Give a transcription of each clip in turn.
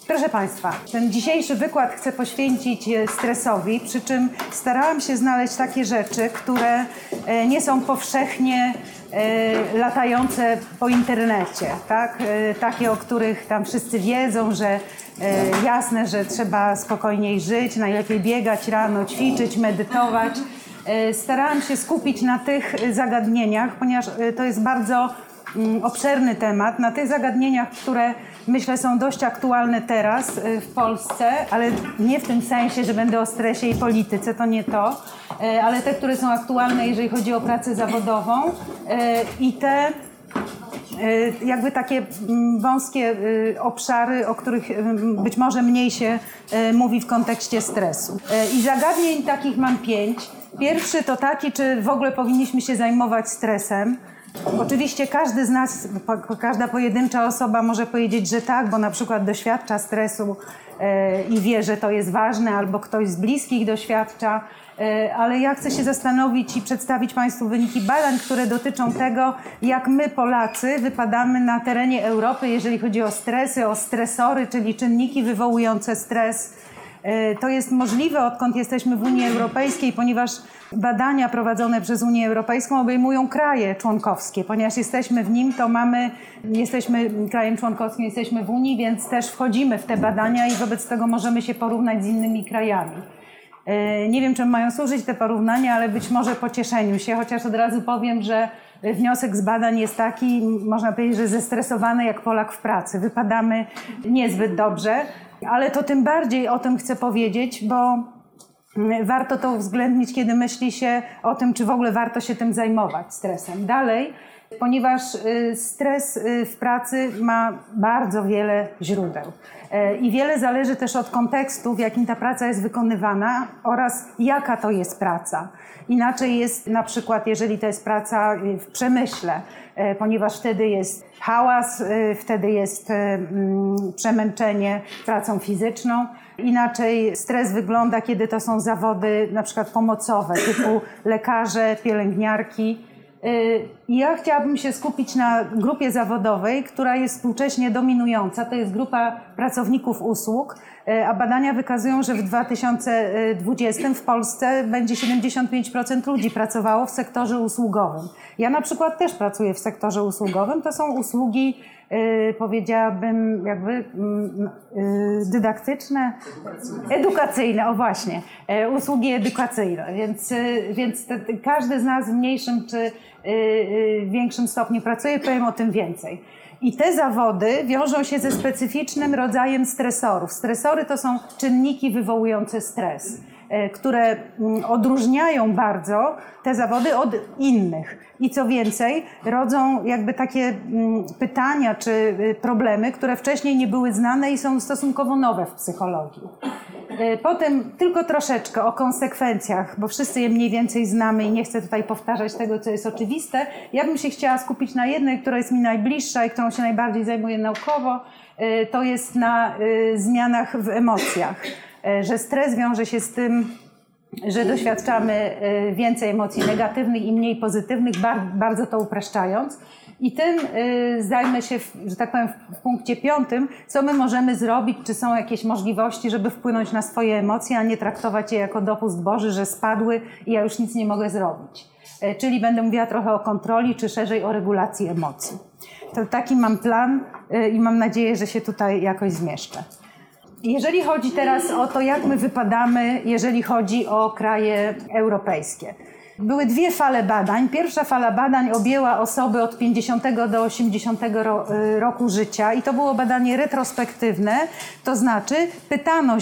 Proszę Państwa, ten dzisiejszy wykład chcę poświęcić stresowi, przy czym starałam się znaleźć takie rzeczy, które nie są powszechnie latające po internecie, tak? Takie, o których tam wszyscy wiedzą, że jasne, że trzeba spokojniej żyć, najlepiej biegać rano, ćwiczyć, medytować. Starałam się skupić na tych zagadnieniach, ponieważ to jest bardzo obszerny temat, na tych zagadnieniach, które myślę są dość aktualne teraz w Polsce, ale nie w tym sensie, że będę o stresie i polityce, to nie to, ale te, które są aktualne, jeżeli chodzi o pracę zawodową i te jakby takie wąskie obszary, o których być może mniej się mówi w kontekście stresu. I zagadnień takich mam 5. Pierwszy to taki, czy w ogóle powinniśmy się zajmować stresem. Oczywiście każdy z nas, każda pojedyncza osoba może powiedzieć, że tak, bo na przykład doświadcza stresu i wie, że to jest ważne, albo ktoś z bliskich doświadcza, ale ja chcę się zastanowić i przedstawić Państwu wyniki badań, które dotyczą tego, jak my Polacy wypadamy na terenie Europy, jeżeli chodzi o stresy, o stresory, czyli czynniki wywołujące stres. To jest możliwe, odkąd jesteśmy w Unii Europejskiej, ponieważ badania prowadzone przez Unię Europejską obejmują kraje członkowskie. Ponieważ jesteśmy w nim, to jesteśmy krajem członkowskim, jesteśmy w Unii, więc też wchodzimy w te badania i wobec tego możemy się porównać z innymi krajami. Nie wiem, czym mają służyć te porównania, ale być może pocieszeniu się, chociaż od razu powiem, że wniosek z badań jest taki, można powiedzieć, że zestresowany jak Polak w pracy. Wypadamy niezbyt dobrze, ale to tym bardziej o tym chcę powiedzieć, bo warto to uwzględnić, kiedy myśli się o tym, czy w ogóle warto się tym zajmować, stresem. Dalej, ponieważ stres w pracy ma bardzo wiele źródeł i wiele zależy też od kontekstu, w jakim ta praca jest wykonywana oraz jaka to jest praca. Inaczej jest na przykład, jeżeli to jest praca w przemyśle, ponieważ wtedy jest hałas, wtedy jest przemęczenie pracą fizyczną. Inaczej stres wygląda, kiedy to są zawody na przykład pomocowe, typu lekarze, pielęgniarki. Ja chciałabym się skupić na grupie zawodowej, która jest współcześnie dominująca. To jest grupa pracowników usług, a badania wykazują, że w 2020 w Polsce będzie 75% ludzi pracowało w sektorze usługowym. Ja na przykład też pracuję w sektorze usługowym. To są usługi, powiedziałabym, jakby dydaktyczne, edukacyjne, o właśnie, usługi edukacyjne, więc każdy z nas w mniejszym czy większym stopniu pracuje, powiem o tym więcej. I te zawody wiążą się ze specyficznym rodzajem stresorów. Stresory to są czynniki wywołujące stres, które odróżniają bardzo te zawody od innych. I co więcej, rodzą jakby takie pytania czy problemy, które wcześniej nie były znane i są stosunkowo nowe w psychologii. Potem tylko troszeczkę o konsekwencjach, bo wszyscy je mniej więcej znamy i nie chcę tutaj powtarzać tego, co jest oczywiste. Ja bym się chciała skupić na jednej, która jest mi najbliższa i którą się najbardziej zajmuję naukowo. To jest na zmianach w emocjach, że stres wiąże się z tym, że doświadczamy więcej emocji negatywnych i mniej pozytywnych, bardzo to upraszczając. I tym zajmę się, że tak powiem, w punkcie 5, co my możemy zrobić, czy są jakieś możliwości, żeby wpłynąć na swoje emocje, a nie traktować je jako dopust Boży, że spadły i ja już nic nie mogę zrobić. Czyli będę mówiła trochę o kontroli, czy szerzej o regulacji emocji. To taki mam plan i mam nadzieję, że się tutaj jakoś zmieszczę. Jeżeli chodzi teraz o to, jak my wypadamy, jeżeli chodzi o kraje europejskie. Były 2 fale badań. Pierwsza fala badań objęła osoby od 50 do 80 roku życia i to było badanie retrospektywne, to znaczy pytano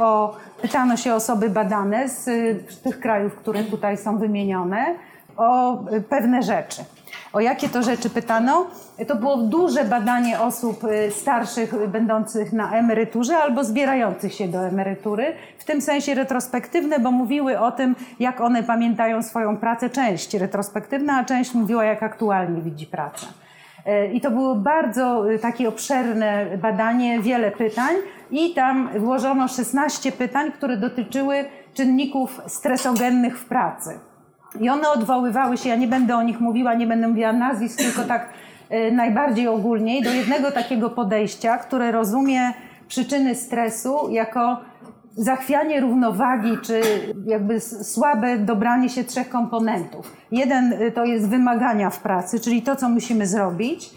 się osoby badane z tych krajów, które tutaj są wymienione, o pewne rzeczy. O jakie to rzeczy pytano? To było duże badanie osób starszych, będących na emeryturze albo zbierających się do emerytury. W tym sensie retrospektywne, bo mówiły o tym, jak one pamiętają swoją pracę. Część retrospektywna, a część mówiła, jak aktualnie widzi pracę. I to było bardzo takie obszerne badanie, wiele pytań i tam włożono 16 pytań, które dotyczyły czynników stresogennych w pracy. I one odwoływały się, ja nie będę o nich mówiła, nie będę mówiła nazwisk, tylko tak najbardziej ogólniej, do jednego takiego podejścia, które rozumie przyczyny stresu jako zachwianie równowagi, czy jakby słabe dobranie się 3 komponentów. Jeden to jest wymagania w pracy, czyli to, co musimy zrobić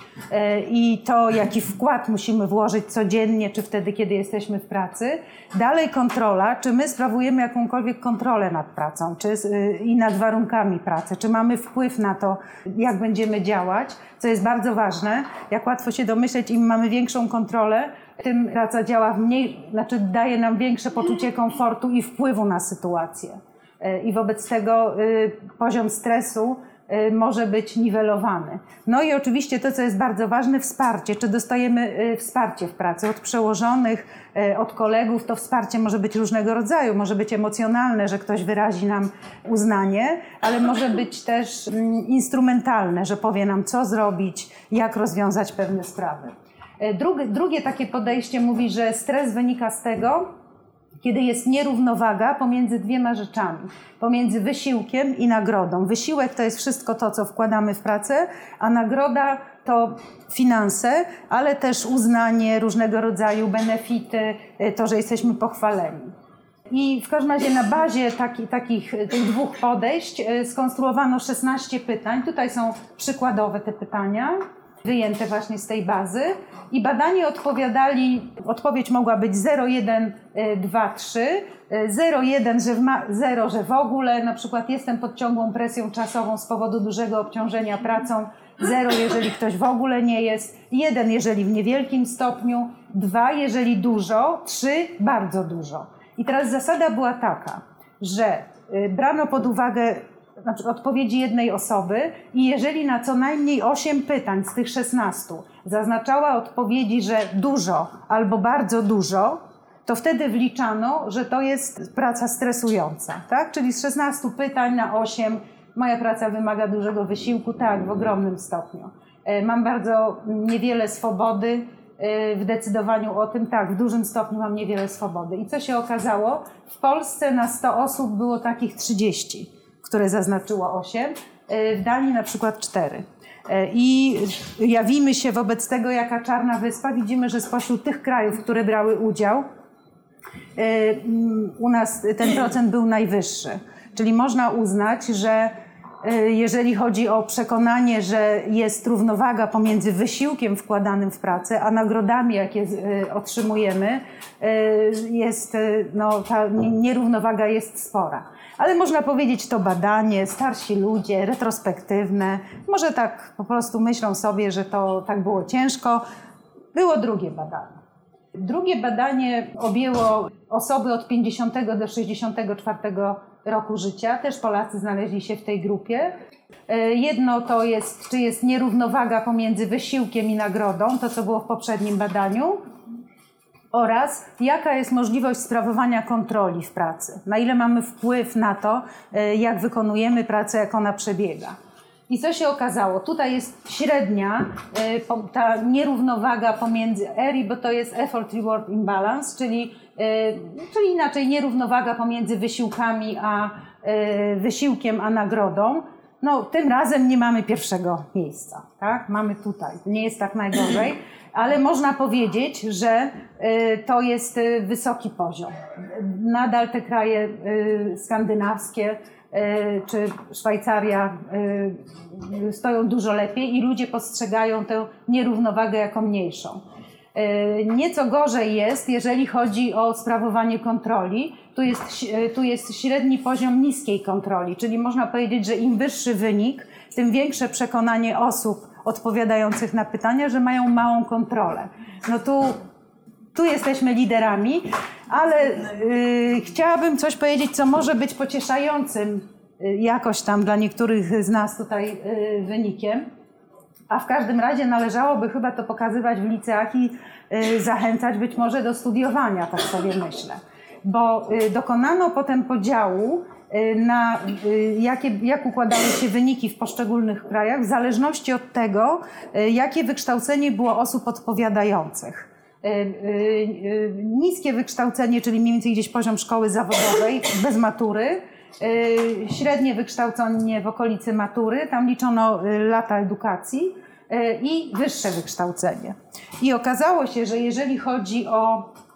i to, jaki wkład musimy włożyć codziennie, czy wtedy, kiedy jesteśmy w pracy. Dalej kontrola, czy my sprawujemy jakąkolwiek kontrolę nad pracą, i nad warunkami pracy, czy mamy wpływ na to, jak będziemy działać, co jest bardzo ważne. Jak łatwo się domyśleć, im mamy większą kontrolę, tym praca działa daje nam większe poczucie komfortu i wpływu na sytuację. I wobec tego poziom stresu może być niwelowany. No i oczywiście to, co jest bardzo ważne, wsparcie. Czy dostajemy wsparcie w pracy od przełożonych, od kolegów? To wsparcie może być różnego rodzaju. Może być emocjonalne, że ktoś wyrazi nam uznanie, ale może być też instrumentalne, że powie nam, co zrobić, jak rozwiązać pewne sprawy. Drugie takie podejście mówi, że stres wynika z tego, kiedy jest nierównowaga pomiędzy 2 rzeczami. Pomiędzy wysiłkiem i nagrodą. Wysiłek to jest wszystko to, co wkładamy w pracę, a nagroda to finanse, ale też uznanie, różnego rodzaju benefity, to, że jesteśmy pochwaleni. I w każdym razie na bazie tych 2 podejść skonstruowano 16 pytań. Tutaj są przykładowe te pytania, wyjęte właśnie z tej bazy. I badani odpowiedź mogła być 0, 1, 2, 3. 0, 1, 0, że w ogóle, na przykład jestem pod ciągłą presją czasową z powodu dużego obciążenia pracą. 0, jeżeli ktoś w ogóle nie jest. 1, jeżeli w niewielkim stopniu. 2, jeżeli dużo. 3, bardzo dużo. I teraz zasada była taka, że brano pod uwagę na przykład odpowiedzi jednej osoby i jeżeli na co najmniej 8 pytań z tych 16 zaznaczała odpowiedzi, że dużo albo bardzo dużo, to wtedy wliczano, że to jest praca stresująca, tak? Czyli z 16 pytań na 8 moja praca wymaga dużego wysiłku, tak, w ogromnym stopniu. Mam bardzo niewiele swobody w decydowaniu o tym, tak, w dużym stopniu mam niewiele swobody. I co się okazało? W Polsce na 100 osób było takich 30, które zaznaczyło 8, w Danii na przykład 4. I jawimy się wobec tego jaka czarna wyspa. Widzimy, że spośród tych krajów, które brały udział, u nas ten procent był najwyższy. Czyli można uznać, że jeżeli chodzi o przekonanie, że jest równowaga pomiędzy wysiłkiem wkładanym w pracę, a nagrodami, jakie otrzymujemy, ta nierównowaga jest spora. Ale można powiedzieć, to badanie, starsi ludzie, retrospektywne, może tak po prostu myślą sobie, że to tak było ciężko. Było drugie badanie. Drugie badanie objęło osoby od 50 do 64 roku życia. Też Polacy znaleźli się w tej grupie. Jedno to jest, czy jest nierównowaga pomiędzy wysiłkiem i nagrodą, to co było w poprzednim badaniu. Oraz jaka jest możliwość sprawowania kontroli w pracy. Na ile mamy wpływ na to, jak wykonujemy pracę, jak ona przebiega. I co się okazało? Tutaj jest średnia, ta nierównowaga pomiędzy ERI, bo to jest Effort Reward Imbalance, czyli inaczej nierównowaga pomiędzy wysiłkiem a nagrodą. No, tym razem nie mamy pierwszego miejsca, tak? Mamy tutaj. Nie jest tak najgorzej, ale można powiedzieć, że to jest wysoki poziom. Nadal te kraje skandynawskie czy Szwajcaria stoją dużo lepiej i ludzie postrzegają tę nierównowagę jako mniejszą. Nieco gorzej jest, jeżeli chodzi o sprawowanie kontroli. Tu jest średni poziom niskiej kontroli, czyli można powiedzieć, że im wyższy wynik, tym większe przekonanie osób odpowiadających na pytania, że mają małą kontrolę. No tu jesteśmy liderami, ale chciałabym coś powiedzieć, co może być pocieszającym jakoś tam dla niektórych z nas tutaj wynikiem. A w każdym razie należałoby chyba to pokazywać w liceach i zachęcać być może do studiowania, tak sobie myślę. Bo dokonano potem podziału na jak układały się wyniki w poszczególnych krajach w zależności od tego, jakie wykształcenie było osób odpowiadających. Niskie wykształcenie, czyli mniej więcej gdzieś poziom szkoły zawodowej bez matury, średnie wykształcenie w okolicy matury, tam liczono lata edukacji i wyższe wykształcenie. I okazało się, że jeżeli chodzi o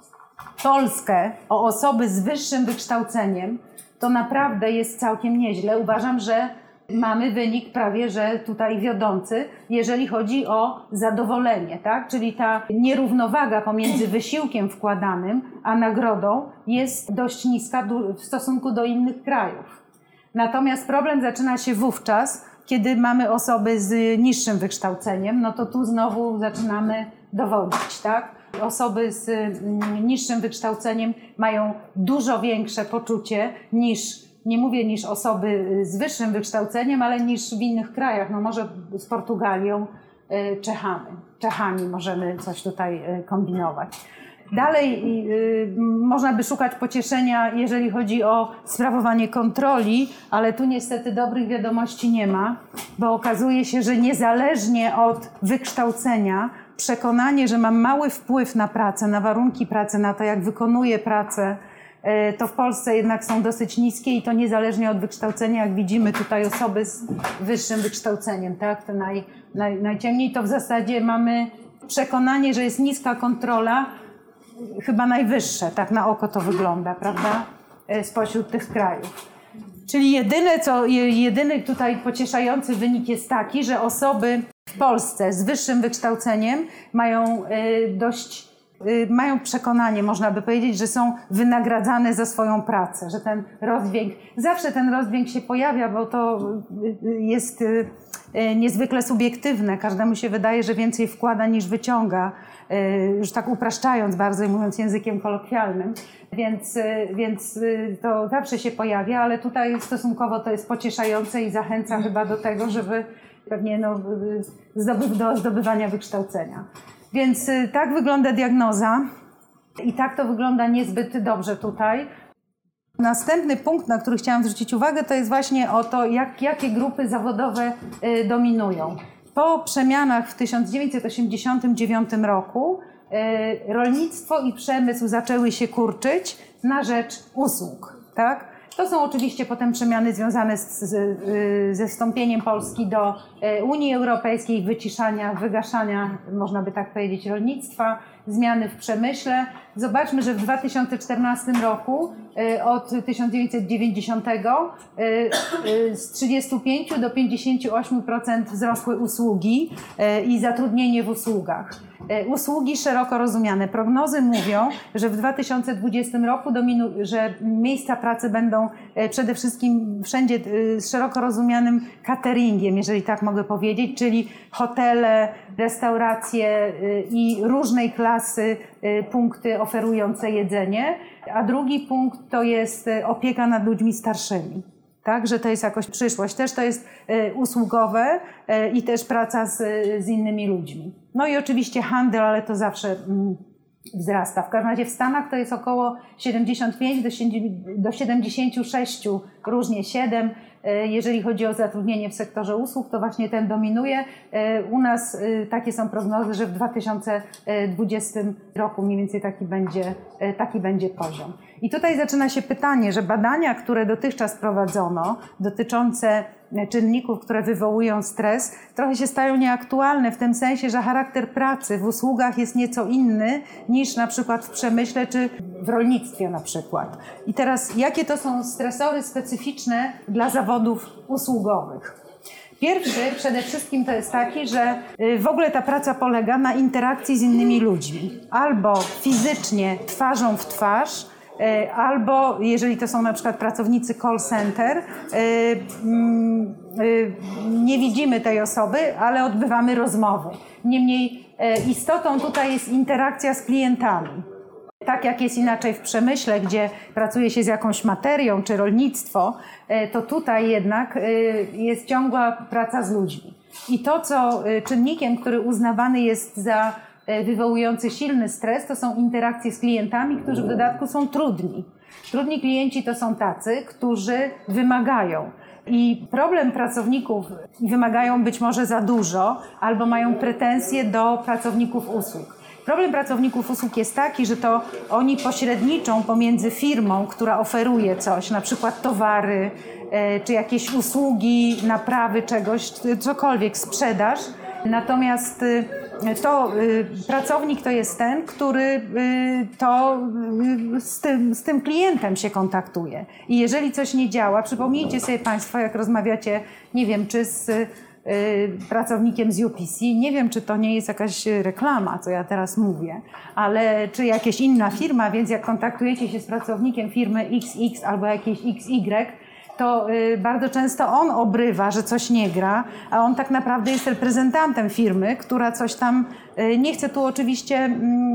Polskę o osoby z wyższym wykształceniem, to naprawdę jest całkiem nieźle. Uważam, że mamy wynik prawie, że tutaj wiodący, jeżeli chodzi o zadowolenie, tak? Czyli ta nierównowaga pomiędzy wysiłkiem wkładanym a nagrodą jest dość niska w stosunku do innych krajów. Natomiast problem zaczyna się wówczas, kiedy mamy osoby z niższym wykształceniem, no to tu znowu zaczynamy dowodzić, tak? Osoby z niższym wykształceniem mają dużo większe poczucie nie mówię niż osoby z wyższym wykształceniem, ale niż w innych krajach, no może z Portugalią, Czechami możemy coś tutaj kombinować. Dalej można by szukać pocieszenia, jeżeli chodzi o sprawowanie kontroli, ale tu niestety dobrych wiadomości nie ma, bo okazuje się, że niezależnie od wykształcenia, przekonanie, że mam mały wpływ na pracę, na warunki pracy, na to, jak wykonuję pracę, to w Polsce jednak są dosyć niskie i to niezależnie od wykształcenia, jak widzimy tutaj osoby z wyższym wykształceniem, tak? To najciemniej to w zasadzie mamy przekonanie, że jest niska kontrola, chyba najwyższe, tak na oko to wygląda, prawda, spośród tych krajów. Czyli jedyny tutaj pocieszający wynik jest taki, że osoby w Polsce z wyższym wykształceniem mają przekonanie, można by powiedzieć, że są wynagradzane za swoją pracę, że zawsze ten rozdźwięk się pojawia, bo to jest niezwykle subiektywne. Każdemu się wydaje, że więcej wkłada niż wyciąga, już tak upraszczając bardzo i mówiąc językiem kolokwialnym, więc to zawsze się pojawia, ale tutaj stosunkowo to jest pocieszające i zachęca chyba do tego, żeby pewnie do zdobywania wykształcenia. Więc tak wygląda diagnoza i tak to wygląda niezbyt dobrze tutaj. Następny punkt, na który chciałam zwrócić uwagę, to jest właśnie o to, jakie grupy zawodowe dominują. Po przemianach w 1989 roku rolnictwo i przemysł zaczęły się kurczyć na rzecz usług, tak? To są oczywiście potem przemiany związane ze wstąpieniem Polski do Unii Europejskiej, wyciszania, wygaszania, można by tak powiedzieć, rolnictwa, zmiany w przemyśle. Zobaczmy, że w 2014 roku od 1990 z 35 do 58% wzrosły usługi i zatrudnienie w usługach. Usługi szeroko rozumiane. Prognozy mówią, że w 2020 roku że miejsca pracy będą przede wszystkim wszędzie z szeroko rozumianym cateringiem, jeżeli tak mogę powiedzieć, czyli hotele, restauracje i różnej klasy punkty oferujące jedzenie, a drugi punkt to jest opieka nad ludźmi starszymi. Tak, że to jest jakoś przyszłość. Też to jest usługowe i też praca z innymi ludźmi. No i oczywiście handel, ale to zawsze wzrasta. W każdym razie w Stanach to jest około 75 do 76, różnie 7. Jeżeli chodzi o zatrudnienie w sektorze usług, to właśnie ten dominuje. U nas takie są prognozy, że w 2020 roku mniej więcej taki będzie poziom. I tutaj zaczyna się pytanie, że badania, które dotychczas prowadzono, dotyczące czynników, które wywołują stres, trochę się stają nieaktualne w tym sensie, że charakter pracy w usługach jest nieco inny niż na przykład w przemyśle czy w rolnictwie na przykład. I teraz jakie to są stresory specyficzne dla zawodów usługowych? Pierwszy przede wszystkim to jest taki, że w ogóle ta praca polega na interakcji z innymi ludźmi. Albo fizycznie twarzą w twarz, albo jeżeli to są na przykład pracownicy call center, nie widzimy tej osoby, ale odbywamy rozmowy. Niemniej istotą tutaj jest interakcja z klientami. Tak jak jest inaczej w przemyśle, gdzie pracuje się z jakąś materią czy rolnictwo, to tutaj jednak jest ciągła praca z ludźmi. I to, co czynnikiem, który uznawany jest za wywołujący silny stres, to są interakcje z klientami, którzy w dodatku są trudni. Trudni klienci to są tacy, którzy wymagają. I problem pracowników, wymagają być może za dużo, albo mają pretensje do pracowników usług. Problem pracowników usług jest taki, że to oni pośredniczą pomiędzy firmą, która oferuje coś, na przykład towary, czy jakieś usługi, naprawy czegoś, cokolwiek, sprzedaż. Natomiast to pracownik to jest ten, który z tym klientem się kontaktuje. I jeżeli coś nie działa, przypomnijcie sobie Państwo, jak rozmawiacie, nie wiem, czy z pracownikiem z UPC, nie wiem, czy to nie jest jakaś reklama, co ja teraz mówię, ale czy jakaś inna firma, więc jak kontaktujecie się z pracownikiem firmy XX albo jakiejś XY, to bardzo często on obrywa, że coś nie gra, a on tak naprawdę jest reprezentantem firmy, która coś tam, nie chcę tu oczywiście,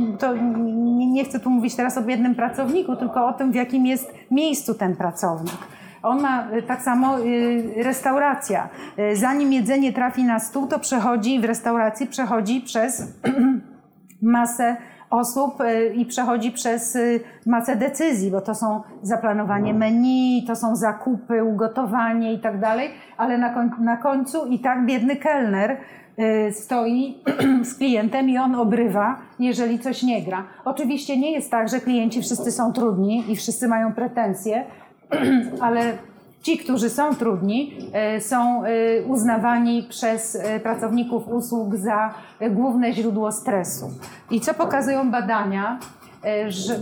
nie chcę tu mówić teraz o jednym pracowniku, tylko o tym, w jakim jest miejscu ten pracownik. On ma tak samo restauracja. Zanim jedzenie trafi na stół, to w restauracji przechodzi przez masę osób i przechodzi przez masę decyzji, bo to są zaplanowanie menu, to są zakupy, ugotowanie i tak dalej, ale na końcu i tak biedny kelner stoi z klientem i on obrywa, jeżeli coś nie gra. Oczywiście nie jest tak, że klienci wszyscy są trudni i wszyscy mają pretensje, ale ci, którzy są trudni, są uznawani przez pracowników usług za główne źródło stresu. I co pokazują badania? Że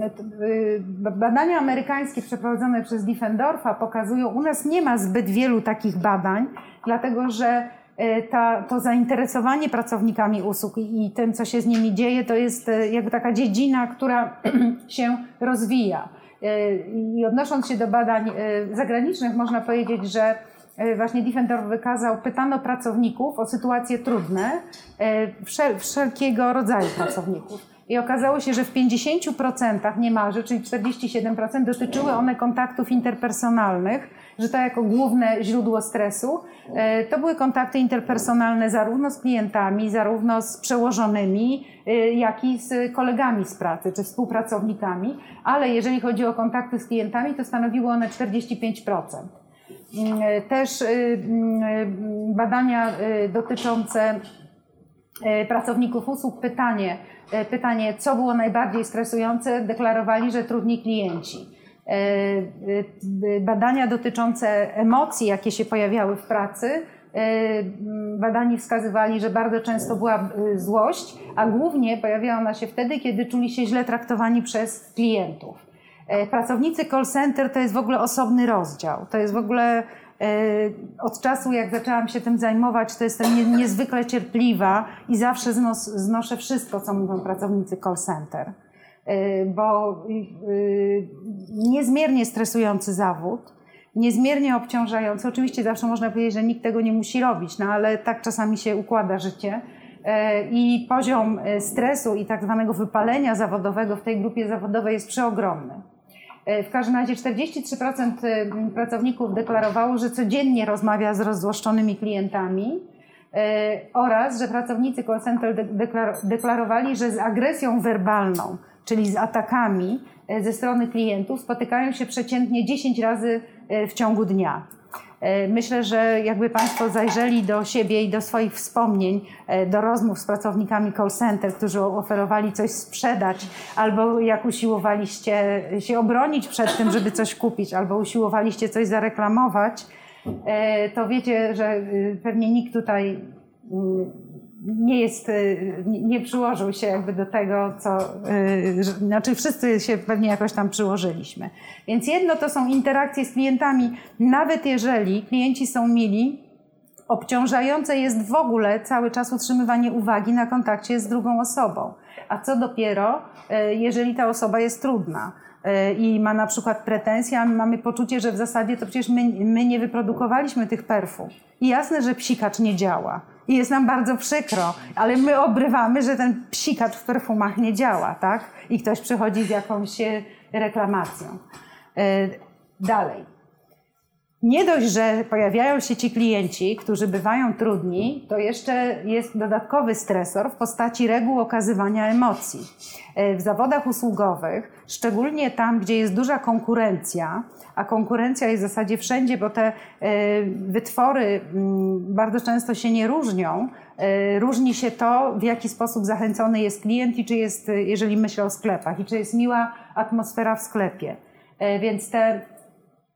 badania amerykańskie przeprowadzone przez Diffendorfa pokazują, u nas nie ma zbyt wielu takich badań, dlatego że to zainteresowanie pracownikami usług i tym, co się z nimi dzieje, to jest jakby taka dziedzina, która się rozwija. I odnosząc się do badań zagranicznych, można powiedzieć, że właśnie Diffendorf wykazał, pytano pracowników o sytuacje trudne, wszelkiego rodzaju pracowników. I okazało się, że w 50% niemalże, czyli 47%, dotyczyły one kontaktów interpersonalnych, że to jako główne źródło stresu. To były kontakty interpersonalne zarówno z klientami, zarówno z przełożonymi, jak i z kolegami z pracy, czy współpracownikami, ale jeżeli chodzi o kontakty z klientami, to stanowiły one 45%. Też badania dotyczące pracowników usług, pytanie, co było najbardziej stresujące, deklarowali, że trudni klienci. Badania dotyczące emocji, jakie się pojawiały w pracy, badani wskazywali, że bardzo często była złość, a głównie pojawiała ona się wtedy, kiedy czuli się źle traktowani przez klientów. Pracownicy call center to jest w ogóle osobny rozdział. To jest w ogóle od czasu, jak zaczęłam się tym zajmować, to jestem niezwykle cierpliwa i zawsze znoszę wszystko, co mówią pracownicy call center. Bo niezmiernie stresujący zawód, niezmiernie obciążający. Oczywiście zawsze można powiedzieć, że nikt tego nie musi robić, no ale tak czasami się układa życie. I poziom stresu i tak zwanego wypalenia zawodowego w tej grupie zawodowej jest przeogromny. W każdym razie 43% pracowników deklarowało, że codziennie rozmawia z rozzłoszczonymi klientami oraz, że pracownicy call center deklarowali, że z agresją werbalną, czyli z atakami ze strony klientów spotykają się przeciętnie 10 razy w ciągu dnia. Myślę, że jakby Państwo zajrzeli do siebie i do swoich wspomnień, do rozmów z pracownikami call center, którzy oferowali coś sprzedać, albo jak usiłowaliście się obronić przed tym, żeby coś kupić, albo usiłowaliście coś zareklamować, to wiecie, że pewnie nikt tutaj nie przyłożył się jakby do tego, znaczy wszyscy się pewnie jakoś tam przyłożyliśmy. Więc jedno to są interakcje z klientami, nawet jeżeli klienci są mili, obciążające jest w ogóle cały czas utrzymywanie uwagi na kontakcie z drugą osobą. A co dopiero, jeżeli ta osoba jest trudna i ma na przykład pretensje, a my mamy poczucie, że w zasadzie to przecież my nie wyprodukowaliśmy tych perfum. I jasne, że psikacz nie działa. I jest nam bardzo przykro, ale my obrywamy, że ten psikacz w perfumach nie działa, tak? I ktoś przychodzi z jakąś reklamacją. Dalej. Nie dość, że pojawiają się ci klienci, którzy bywają trudni, to jeszcze jest dodatkowy stresor w postaci reguł okazywania emocji. W zawodach usługowych, szczególnie tam, gdzie jest duża konkurencja, a konkurencja jest w zasadzie wszędzie, bo te wytwory bardzo często się nie różnią, różni się to, w jaki sposób zachęcony jest klient i czy jest, jeżeli myślę o sklepach, i czy jest miła atmosfera w sklepie. Więc te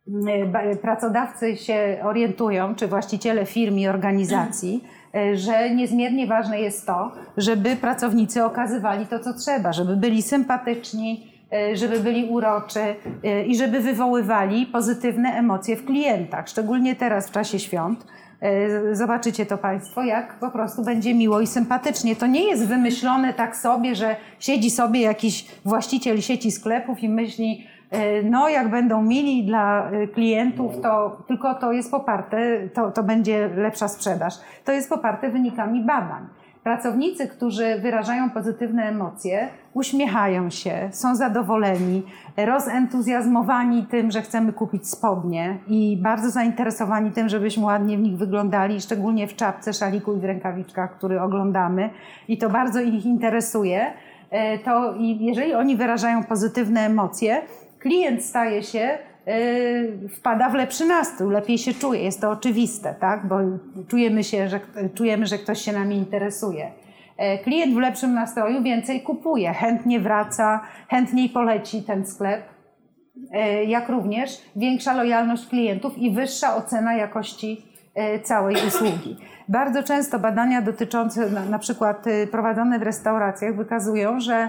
pracodawcy się orientują, czy właściciele firm i organizacji, że niezmiernie ważne jest to, żeby pracownicy okazywali to, co trzeba, żeby byli sympatyczni, żeby byli uroczy i żeby wywoływali pozytywne emocje w klientach, szczególnie teraz w czasie świąt. Zobaczycie to Państwo, jak po prostu będzie miło i sympatycznie. To nie jest wymyślone tak sobie, że siedzi sobie jakiś właściciel sieci sklepów i myśli, no jak będą mili dla klientów, to tylko to jest poparte, to będzie lepsza sprzedaż. To jest poparte wynikami badań. Pracownicy, którzy wyrażają pozytywne emocje, uśmiechają się, są zadowoleni, rozentuzjazmowani tym, że chcemy kupić spodnie i bardzo zainteresowani tym, żebyśmy ładnie w nich wyglądali, szczególnie w czapce, szaliku i w rękawiczkach, który oglądamy i to bardzo ich interesuje. To jeżeli oni wyrażają pozytywne emocje, klient staje się, wpada w lepszy nastrój, lepiej się czuje, jest to oczywiste, tak? Bo czujemy, że ktoś się nami interesuje. Klient w lepszym nastroju więcej kupuje, chętnie wraca, chętniej poleci ten sklep, jak również większa lojalność klientów i wyższa ocena jakości całej usługi. Bardzo często badania dotyczące na przykład prowadzone w restauracjach wykazują, że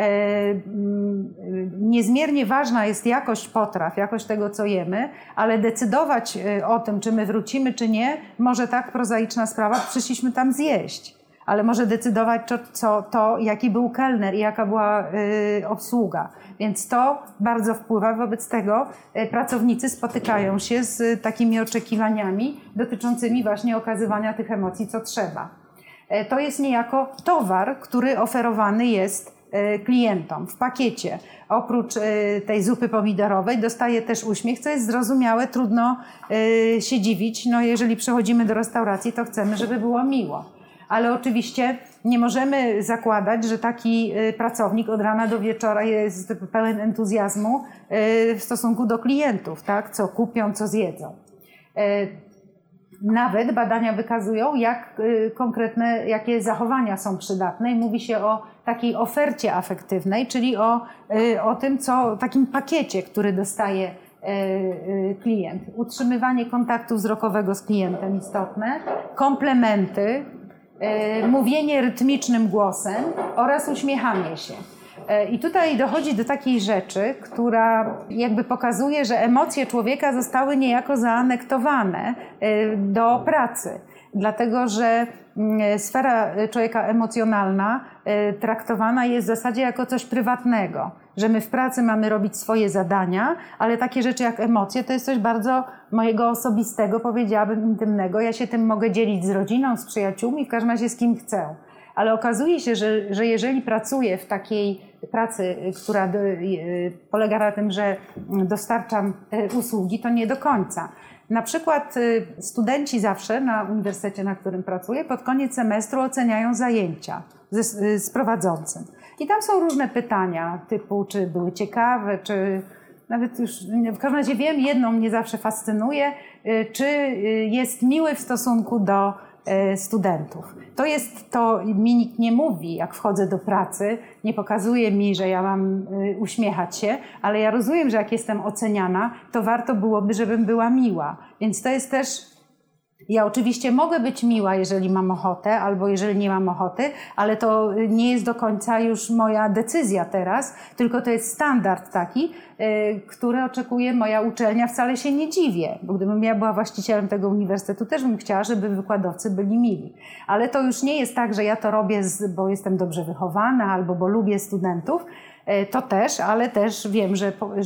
niezmiernie ważna jest jakość potraw, jakość tego, co jemy, ale decydować o tym, czy my wrócimy, czy nie, może tak prozaiczna sprawa, przyszliśmy tam zjeść, ale może decydować jaki był kelner i jaka była obsługa. Więc to bardzo wpływa. Wobec tego pracownicy spotykają się z takimi oczekiwaniami dotyczącymi właśnie okazywania tych emocji, co trzeba. To jest niejako towar, który oferowany jest klientom w pakiecie. Oprócz tej zupy pomidorowej dostaje też uśmiech, co jest zrozumiałe, trudno się dziwić. No, jeżeli przychodzimy do restauracji, to chcemy, żeby było miło. Ale oczywiście nie możemy zakładać, że taki pracownik od rana do wieczora jest pełen entuzjazmu w stosunku do klientów, tak? Co kupią, co zjedzą. Nawet badania wykazują, jakie zachowania są przydatne i mówi się o takiej ofercie afektywnej, czyli o tym, takim pakiecie, który dostaje klient. Utrzymywanie kontaktu wzrokowego z klientem istotne, komplementy, mówienie rytmicznym głosem oraz uśmiechanie się. I tutaj dochodzi do takiej rzeczy, która jakby pokazuje, że emocje człowieka zostały niejako zaanektowane do pracy. Dlatego, że sfera człowieka emocjonalna traktowana jest w zasadzie jako coś prywatnego. Że my w pracy mamy robić swoje zadania, ale takie rzeczy jak emocje to jest coś bardzo mojego osobistego, powiedziałabym intymnego. Ja się tym mogę dzielić z rodziną, z przyjaciółmi, w każdym razie z kim chcę. Ale okazuje się, że jeżeli pracuję w takiej pracy, która polega na tym, że dostarczam usługi, to nie do końca. Na przykład studenci zawsze na uniwersytecie, na którym pracuję, pod koniec semestru oceniają zajęcia z prowadzącym. I tam są różne pytania typu, czy były ciekawe, czy nawet już, w każdym razie wiem, jedno mnie zawsze fascynuje, czy jest miły w stosunku do studentów. To mi nikt nie mówi, jak wchodzę do pracy, nie pokazuje mi, że ja mam uśmiechać się, ale ja rozumiem, że jak jestem oceniana, to warto byłoby, żebym była miła. Więc to jest też, ja oczywiście mogę być miła, jeżeli mam ochotę, albo jeżeli nie mam ochoty, ale to nie jest do końca już moja decyzja teraz, tylko to jest standard taki, który oczekuje moja uczelnia. Wcale się nie dziwię, bo gdybym ja była właścicielem tego uniwersytetu, też bym chciała, żeby wykładowcy byli mili. Ale to już nie jest tak, że ja to robię, bo jestem dobrze wychowana, albo bo lubię studentów. To też, ale też wiem,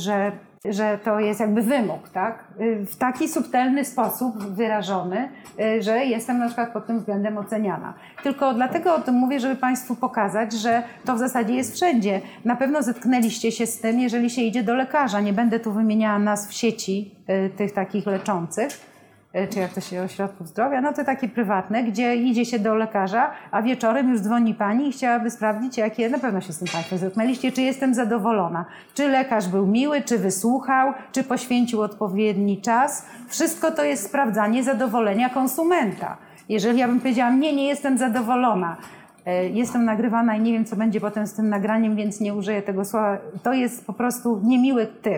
że to jest jakby wymóg, tak? W taki subtelny sposób wyrażony, że jestem na przykład pod tym względem oceniana. Tylko dlatego o tym mówię, żeby Państwu pokazać, że to w zasadzie jest wszędzie. Na pewno zetknęliście się z tym, jeżeli się idzie do lekarza. Nie będę tu wymieniała nazw sieci tych takich leczących, czy jak to się ośrodków zdrowia, no to takie prywatne, gdzie idzie się do lekarza, a wieczorem już dzwoni pani i chciałaby sprawdzić, jakie, na pewno się z tym Państwo zetknęliście, czy jestem zadowolona. Czy lekarz był miły, czy wysłuchał, czy poświęcił odpowiedni czas. Wszystko to jest sprawdzanie zadowolenia konsumenta. Jeżeli ja bym powiedziała, nie jestem zadowolona, jestem nagrywana i nie wiem, co będzie potem z tym nagraniem, więc nie użyję tego słowa, to jest po prostu niemiły typ.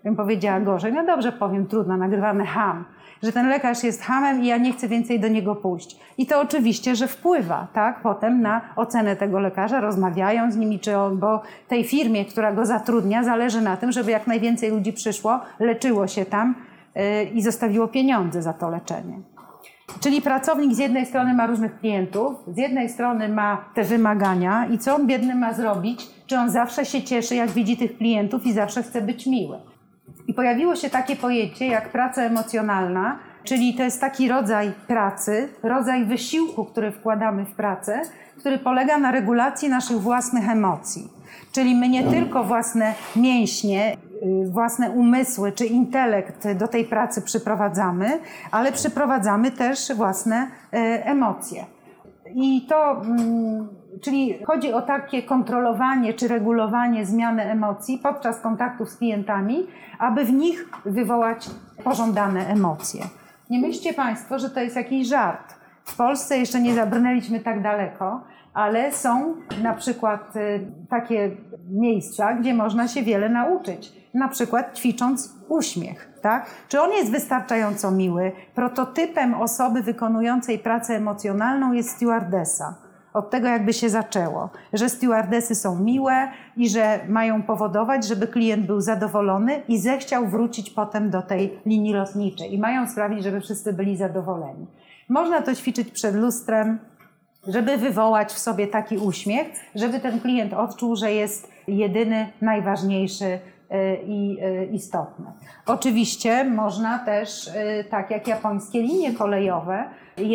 bym powiedziała gorzej, no dobrze powiem, trudno, nagrywamy ham, że ten lekarz jest hamem i ja nie chcę więcej do niego pójść. I to oczywiście, że wpływa, tak, potem na ocenę tego lekarza, rozmawiają z nimi, bo tej firmie, która go zatrudnia, zależy na tym, żeby jak najwięcej ludzi przyszło, leczyło się tam i zostawiło pieniądze za to leczenie. Czyli pracownik z jednej strony ma różnych klientów, z jednej strony ma te wymagania i co on biedny ma zrobić? Czy on zawsze się cieszy, jak widzi tych klientów i zawsze chce być miły? I pojawiło się takie pojęcie jak praca emocjonalna, czyli to jest taki rodzaj pracy, rodzaj wysiłku, który wkładamy w pracę, który polega na regulacji naszych własnych emocji. Czyli my nie tylko własne mięśnie, własne umysły czy intelekt do tej pracy przyprowadzamy, ale przyprowadzamy też własne emocje. I to, czyli chodzi o takie kontrolowanie czy regulowanie zmiany emocji podczas kontaktów z klientami, aby w nich wywołać pożądane emocje. Nie myślcie Państwo, że to jest jakiś żart. W Polsce jeszcze nie zabrnęliśmy tak daleko, ale są na przykład takie miejsca, gdzie można się wiele nauczyć. Na przykład ćwicząc uśmiech, tak? Czy on jest wystarczająco miły? Prototypem osoby wykonującej pracę emocjonalną jest stewardesa. Od tego jakby się zaczęło, że stewardesy są miłe i że mają powodować, żeby klient był zadowolony i zechciał wrócić potem do tej linii lotniczej i mają sprawić, żeby wszyscy byli zadowoleni. Można to ćwiczyć przed lustrem, żeby wywołać w sobie taki uśmiech, żeby ten klient odczuł, że jest jedyny, najważniejszy i istotny. Oczywiście można też, tak jak japońskie linie kolejowe,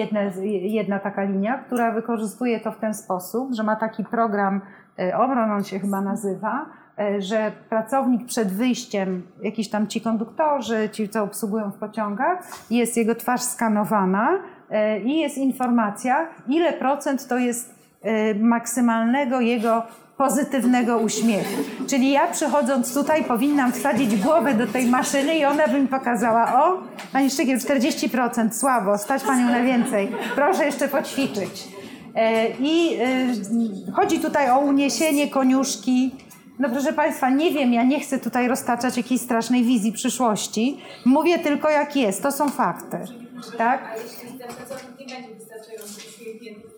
jedna taka linia, która wykorzystuje to w ten sposób, że ma taki program, Omron on się chyba nazywa, że pracownik przed wyjściem, jakiś tam ci konduktorzy, ci co obsługują w pociągach, jest jego twarz skanowana i jest informacja, ile procent to jest maksymalnego jego pozytywnego uśmiechu. Czyli ja przychodząc tutaj powinnam wsadzić głowę do tej maszyny i ona by mi pokazała, o, Pani Szczygiel, 40%, słabo, stać Panią na więcej, proszę jeszcze poćwiczyć. I chodzi tutaj o uniesienie koniuszki. No proszę Państwa, nie wiem, ja nie chcę tutaj roztaczać jakiejś strasznej wizji przyszłości. Mówię tylko jak jest, to są fakty. Tak? A jeśli ten pracownik nie będzie wystarczająco uśmiechnięty,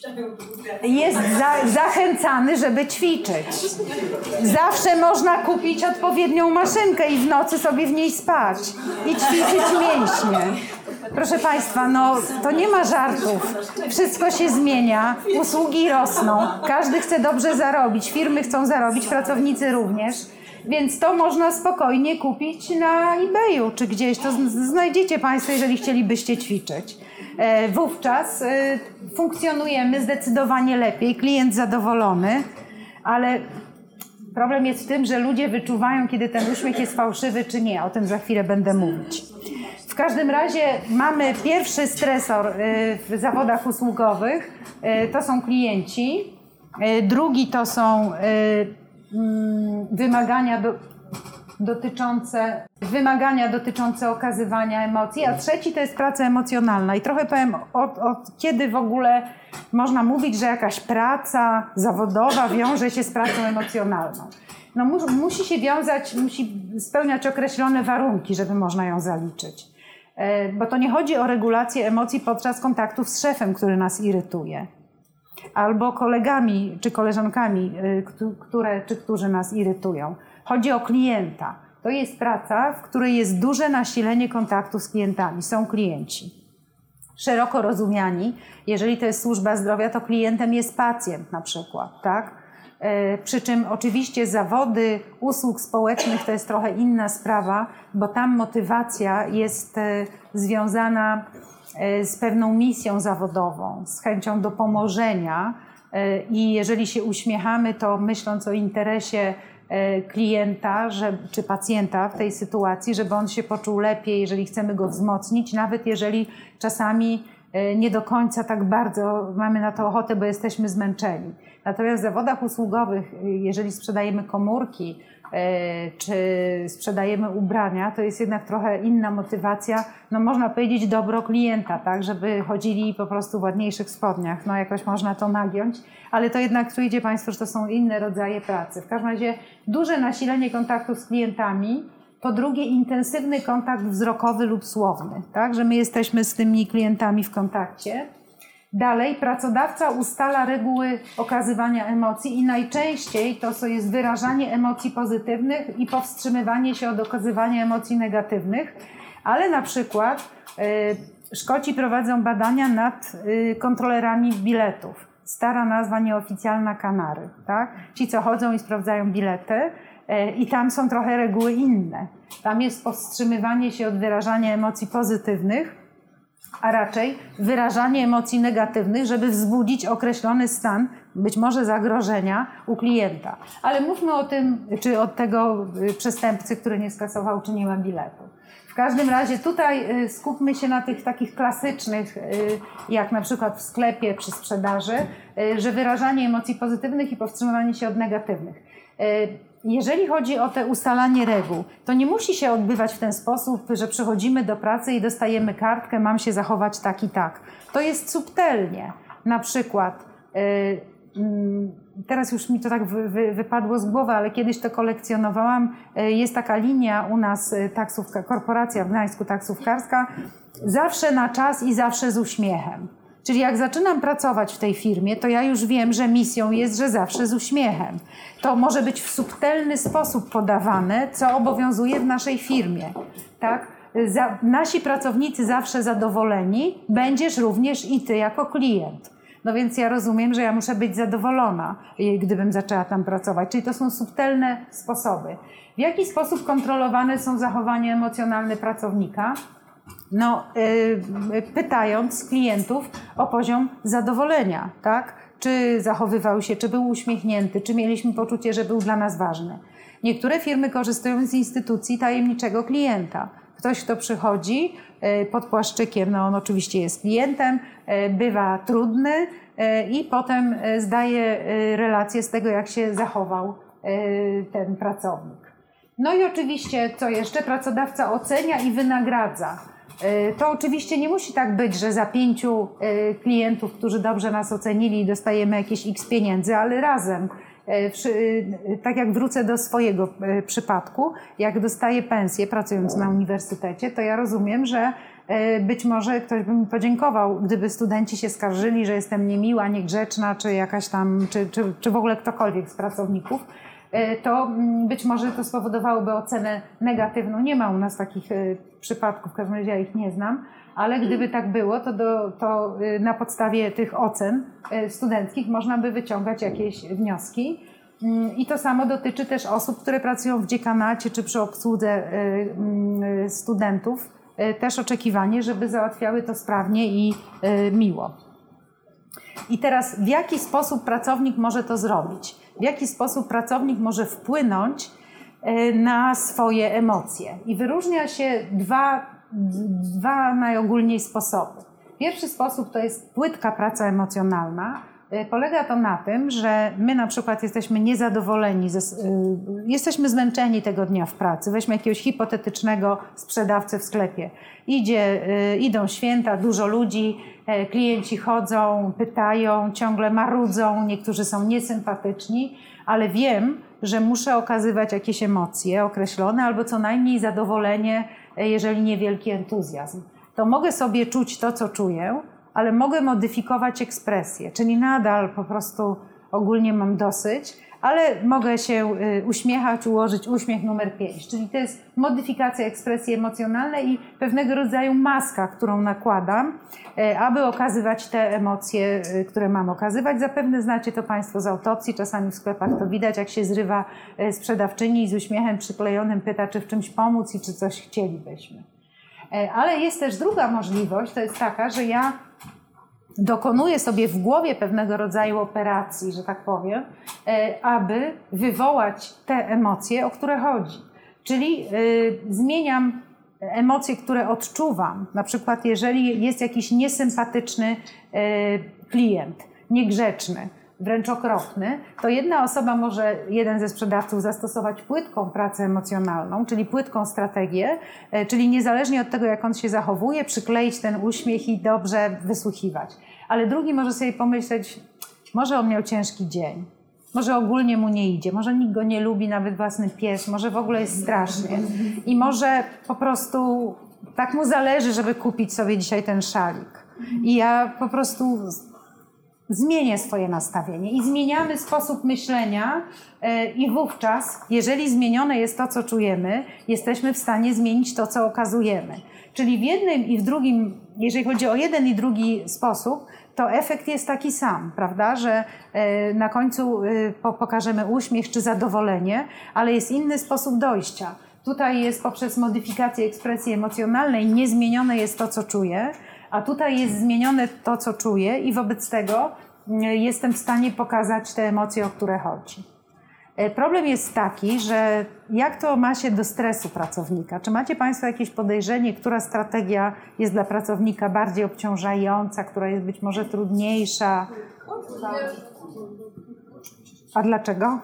jest zachęcany, żeby ćwiczyć. Zawsze można kupić odpowiednią maszynkę i w nocy sobie w niej spać i ćwiczyć mięśnie. Proszę Państwa, no to nie ma żartów. Wszystko się zmienia, usługi rosną, każdy chce dobrze zarobić, firmy chcą zarobić, pracownicy również. Więc to można spokojnie kupić na eBayu czy gdzieś. To znajdziecie Państwo, jeżeli chcielibyście ćwiczyć. Wówczas funkcjonujemy zdecydowanie lepiej, klient zadowolony, ale problem jest w tym, że ludzie wyczuwają, kiedy ten uśmiech jest fałszywy czy nie. O tym za chwilę będę mówić. W każdym razie mamy pierwszy stresor w zawodach usługowych, to są klienci. Drugi to są wymagania dotyczące okazywania emocji, a trzeci to jest praca emocjonalna. I trochę powiem, od kiedy w ogóle można mówić, że jakaś praca zawodowa wiąże się z pracą emocjonalną. No musi się wiązać, musi spełniać określone warunki, żeby można ją zaliczyć. Bo to nie chodzi o regulację emocji podczas kontaktów z szefem, który nas irytuje. Albo kolegami czy koleżankami, którzy nas irytują. Chodzi o klienta. To jest praca, w której jest duże nasilenie kontaktów z klientami. Są klienci. Szeroko rozumiani. Jeżeli to jest służba zdrowia, to klientem jest pacjent na przykład, tak? Przy czym oczywiście zawody usług społecznych to jest trochę inna sprawa, bo tam motywacja jest związana z pewną misją zawodową, z chęcią do pomożenia i jeżeli się uśmiechamy, to myśląc o interesie klienta czy pacjenta w tej sytuacji, żeby on się poczuł lepiej, jeżeli chcemy go wzmocnić, nawet jeżeli czasami nie do końca tak bardzo mamy na to ochotę, bo jesteśmy zmęczeni. Natomiast w zawodach usługowych, jeżeli sprzedajemy komórki czy sprzedajemy ubrania, to jest jednak trochę inna motywacja, no można powiedzieć dobro klienta, tak, żeby chodzili po prostu w ładniejszych spodniach, no jakoś można to nagiąć, ale to jednak czujecie Państwo, że to są inne rodzaje pracy. W każdym razie duże nasilenie kontaktów z klientami Po drugie, intensywny kontakt wzrokowy lub słowny, tak? Że my jesteśmy z tymi klientami w kontakcie. Dalej, pracodawca ustala reguły okazywania emocji i najczęściej to jest wyrażanie emocji pozytywnych i powstrzymywanie się od okazywania emocji negatywnych, ale na przykład Szkoci prowadzą badania nad kontrolerami biletów. Stara nazwa nieoficjalna Kanary, tak? Ci, co chodzą i sprawdzają bilety i tam są trochę reguły inne. Tam jest powstrzymywanie się od wyrażania emocji pozytywnych, a raczej wyrażanie emocji negatywnych, żeby wzbudzić określony stan, być może zagrożenia u klienta. Ale mówmy o tym, czy od tego przestępcy, który nie skasował, czy nie ma biletu. W każdym razie tutaj skupmy się na tych takich klasycznych, jak na przykład w sklepie przy sprzedaży, że wyrażanie emocji pozytywnych i powstrzymywanie się od negatywnych. Jeżeli chodzi o te ustalanie reguł, to nie musi się odbywać w ten sposób, że przychodzimy do pracy i dostajemy kartkę, mam się zachować tak i tak. To jest subtelnie. Na przykład, teraz już mi to tak wypadło z głowy, ale kiedyś to kolekcjonowałam. Jest taka linia u nas, korporacja w Gdańsku taksówkarska, zawsze na czas i zawsze z uśmiechem. Czyli jak zaczynam pracować w tej firmie, to ja już wiem, że misją jest, że zawsze z uśmiechem. To może być w subtelny sposób podawane, co obowiązuje w naszej firmie. Tak? Nasi pracownicy zawsze zadowoleni, będziesz również i ty jako klient. No więc ja rozumiem, że ja muszę być zadowolona, gdybym zaczęła tam pracować. Czyli to są subtelne sposoby. W jaki sposób kontrolowane są zachowania emocjonalne pracownika? No, pytając klientów o poziom zadowolenia, tak? Czy zachowywał się, czy był uśmiechnięty, czy mieliśmy poczucie, że był dla nas ważny. Niektóre firmy korzystają z instytucji tajemniczego klienta. Ktoś, kto przychodzi pod płaszczykiem, no on oczywiście jest klientem, bywa trudny i potem zdaje relację z tego, jak się zachował ten pracownik. No i oczywiście, co jeszcze? Pracodawca ocenia i wynagradza. To oczywiście nie musi tak być, że za 5 klientów, którzy dobrze nas ocenili, dostajemy jakieś x pieniędzy, ale razem. Tak jak wrócę do swojego przypadku, jak dostaję pensję pracując na uniwersytecie, to ja rozumiem, że być może ktoś by mi podziękował, gdyby studenci się skarżyli, że jestem niemiła, niegrzeczna, czy jakaś tam, czy w ogóle ktokolwiek z pracowników, to być może to spowodowałoby ocenę negatywną. Nie ma u nas takich przypadków, w każdym razie ja ich nie znam, ale gdyby tak było, to na podstawie tych ocen studenckich można by wyciągać jakieś wnioski. I to samo dotyczy też osób, które pracują w dziekanacie czy przy obsłudze studentów. Też oczekiwanie, żeby załatwiały to sprawnie i miło. I teraz w jaki sposób pracownik może to zrobić? W jaki sposób pracownik może wpłynąć na swoje emocje? I wyróżnia się dwa najogólniej sposoby. Pierwszy sposób to jest płytka praca emocjonalna. Polega to na tym, że my na przykład jesteśmy niezadowoleni, jesteśmy zmęczeni tego dnia w pracy. Weźmy jakiegoś hipotetycznego sprzedawcę w sklepie. Idą święta, dużo ludzi, klienci chodzą, pytają, ciągle marudzą, niektórzy są niesympatyczni, ale wiem, że muszę okazywać jakieś emocje określone albo co najmniej zadowolenie, jeżeli nie wielki entuzjazm. To mogę sobie czuć to, co czuję, ale mogę modyfikować ekspresję, czyli nadal po prostu ogólnie mam dosyć, ale mogę się uśmiechać, ułożyć uśmiech numer 5, czyli to jest modyfikacja ekspresji emocjonalnej i pewnego rodzaju maska, którą nakładam, aby okazywać te emocje, które mam okazywać. Zapewne znacie to Państwo z autopsji, czasami w sklepach to widać, jak się zrywa sprzedawczyni i z uśmiechem przyklejonym pyta, czy w czymś pomóc i czy coś chcielibyśmy. Ale jest też druga możliwość, to jest taka, że ja dokonuję sobie w głowie pewnego rodzaju operacji, że tak powiem, aby wywołać te emocje, o które chodzi. Czyli zmieniam emocje, które odczuwam. Na przykład jeżeli jest jakiś niesympatyczny klient, niegrzeczny, wręcz okropny, to jeden ze sprzedawców zastosować płytką pracę emocjonalną, czyli płytką strategię, czyli niezależnie od tego, jak on się zachowuje, przykleić ten uśmiech i dobrze wysłuchiwać. Ale drugi może sobie pomyśleć, może on miał ciężki dzień, Może ogólnie mu nie idzie, może nikt go nie lubi, nawet własny pies, może w ogóle jest strasznie i może po prostu tak mu zależy, żeby kupić sobie dzisiaj ten szalik. I ja po prostu zmienię swoje nastawienie i zmieniamy sposób myślenia i wówczas, jeżeli zmienione jest to, co czujemy, jesteśmy w stanie zmienić to, co okazujemy. Czyli w jednym i w drugim, jeżeli chodzi o jeden i drugi sposób, to efekt jest taki sam, prawda, że na końcu pokażemy uśmiech czy zadowolenie, ale jest inny sposób dojścia. Tutaj jest poprzez modyfikację ekspresji emocjonalnej niezmienione jest to, co czuję, a tutaj jest zmienione to, co czuję i wobec tego jestem w stanie pokazać te emocje, o które chodzi. Problem jest taki, że jak to ma się do stresu pracownika? Czy macie Państwo jakieś podejrzenie, która strategia jest dla pracownika bardziej obciążająca, która jest być może trudniejsza? A dlaczego?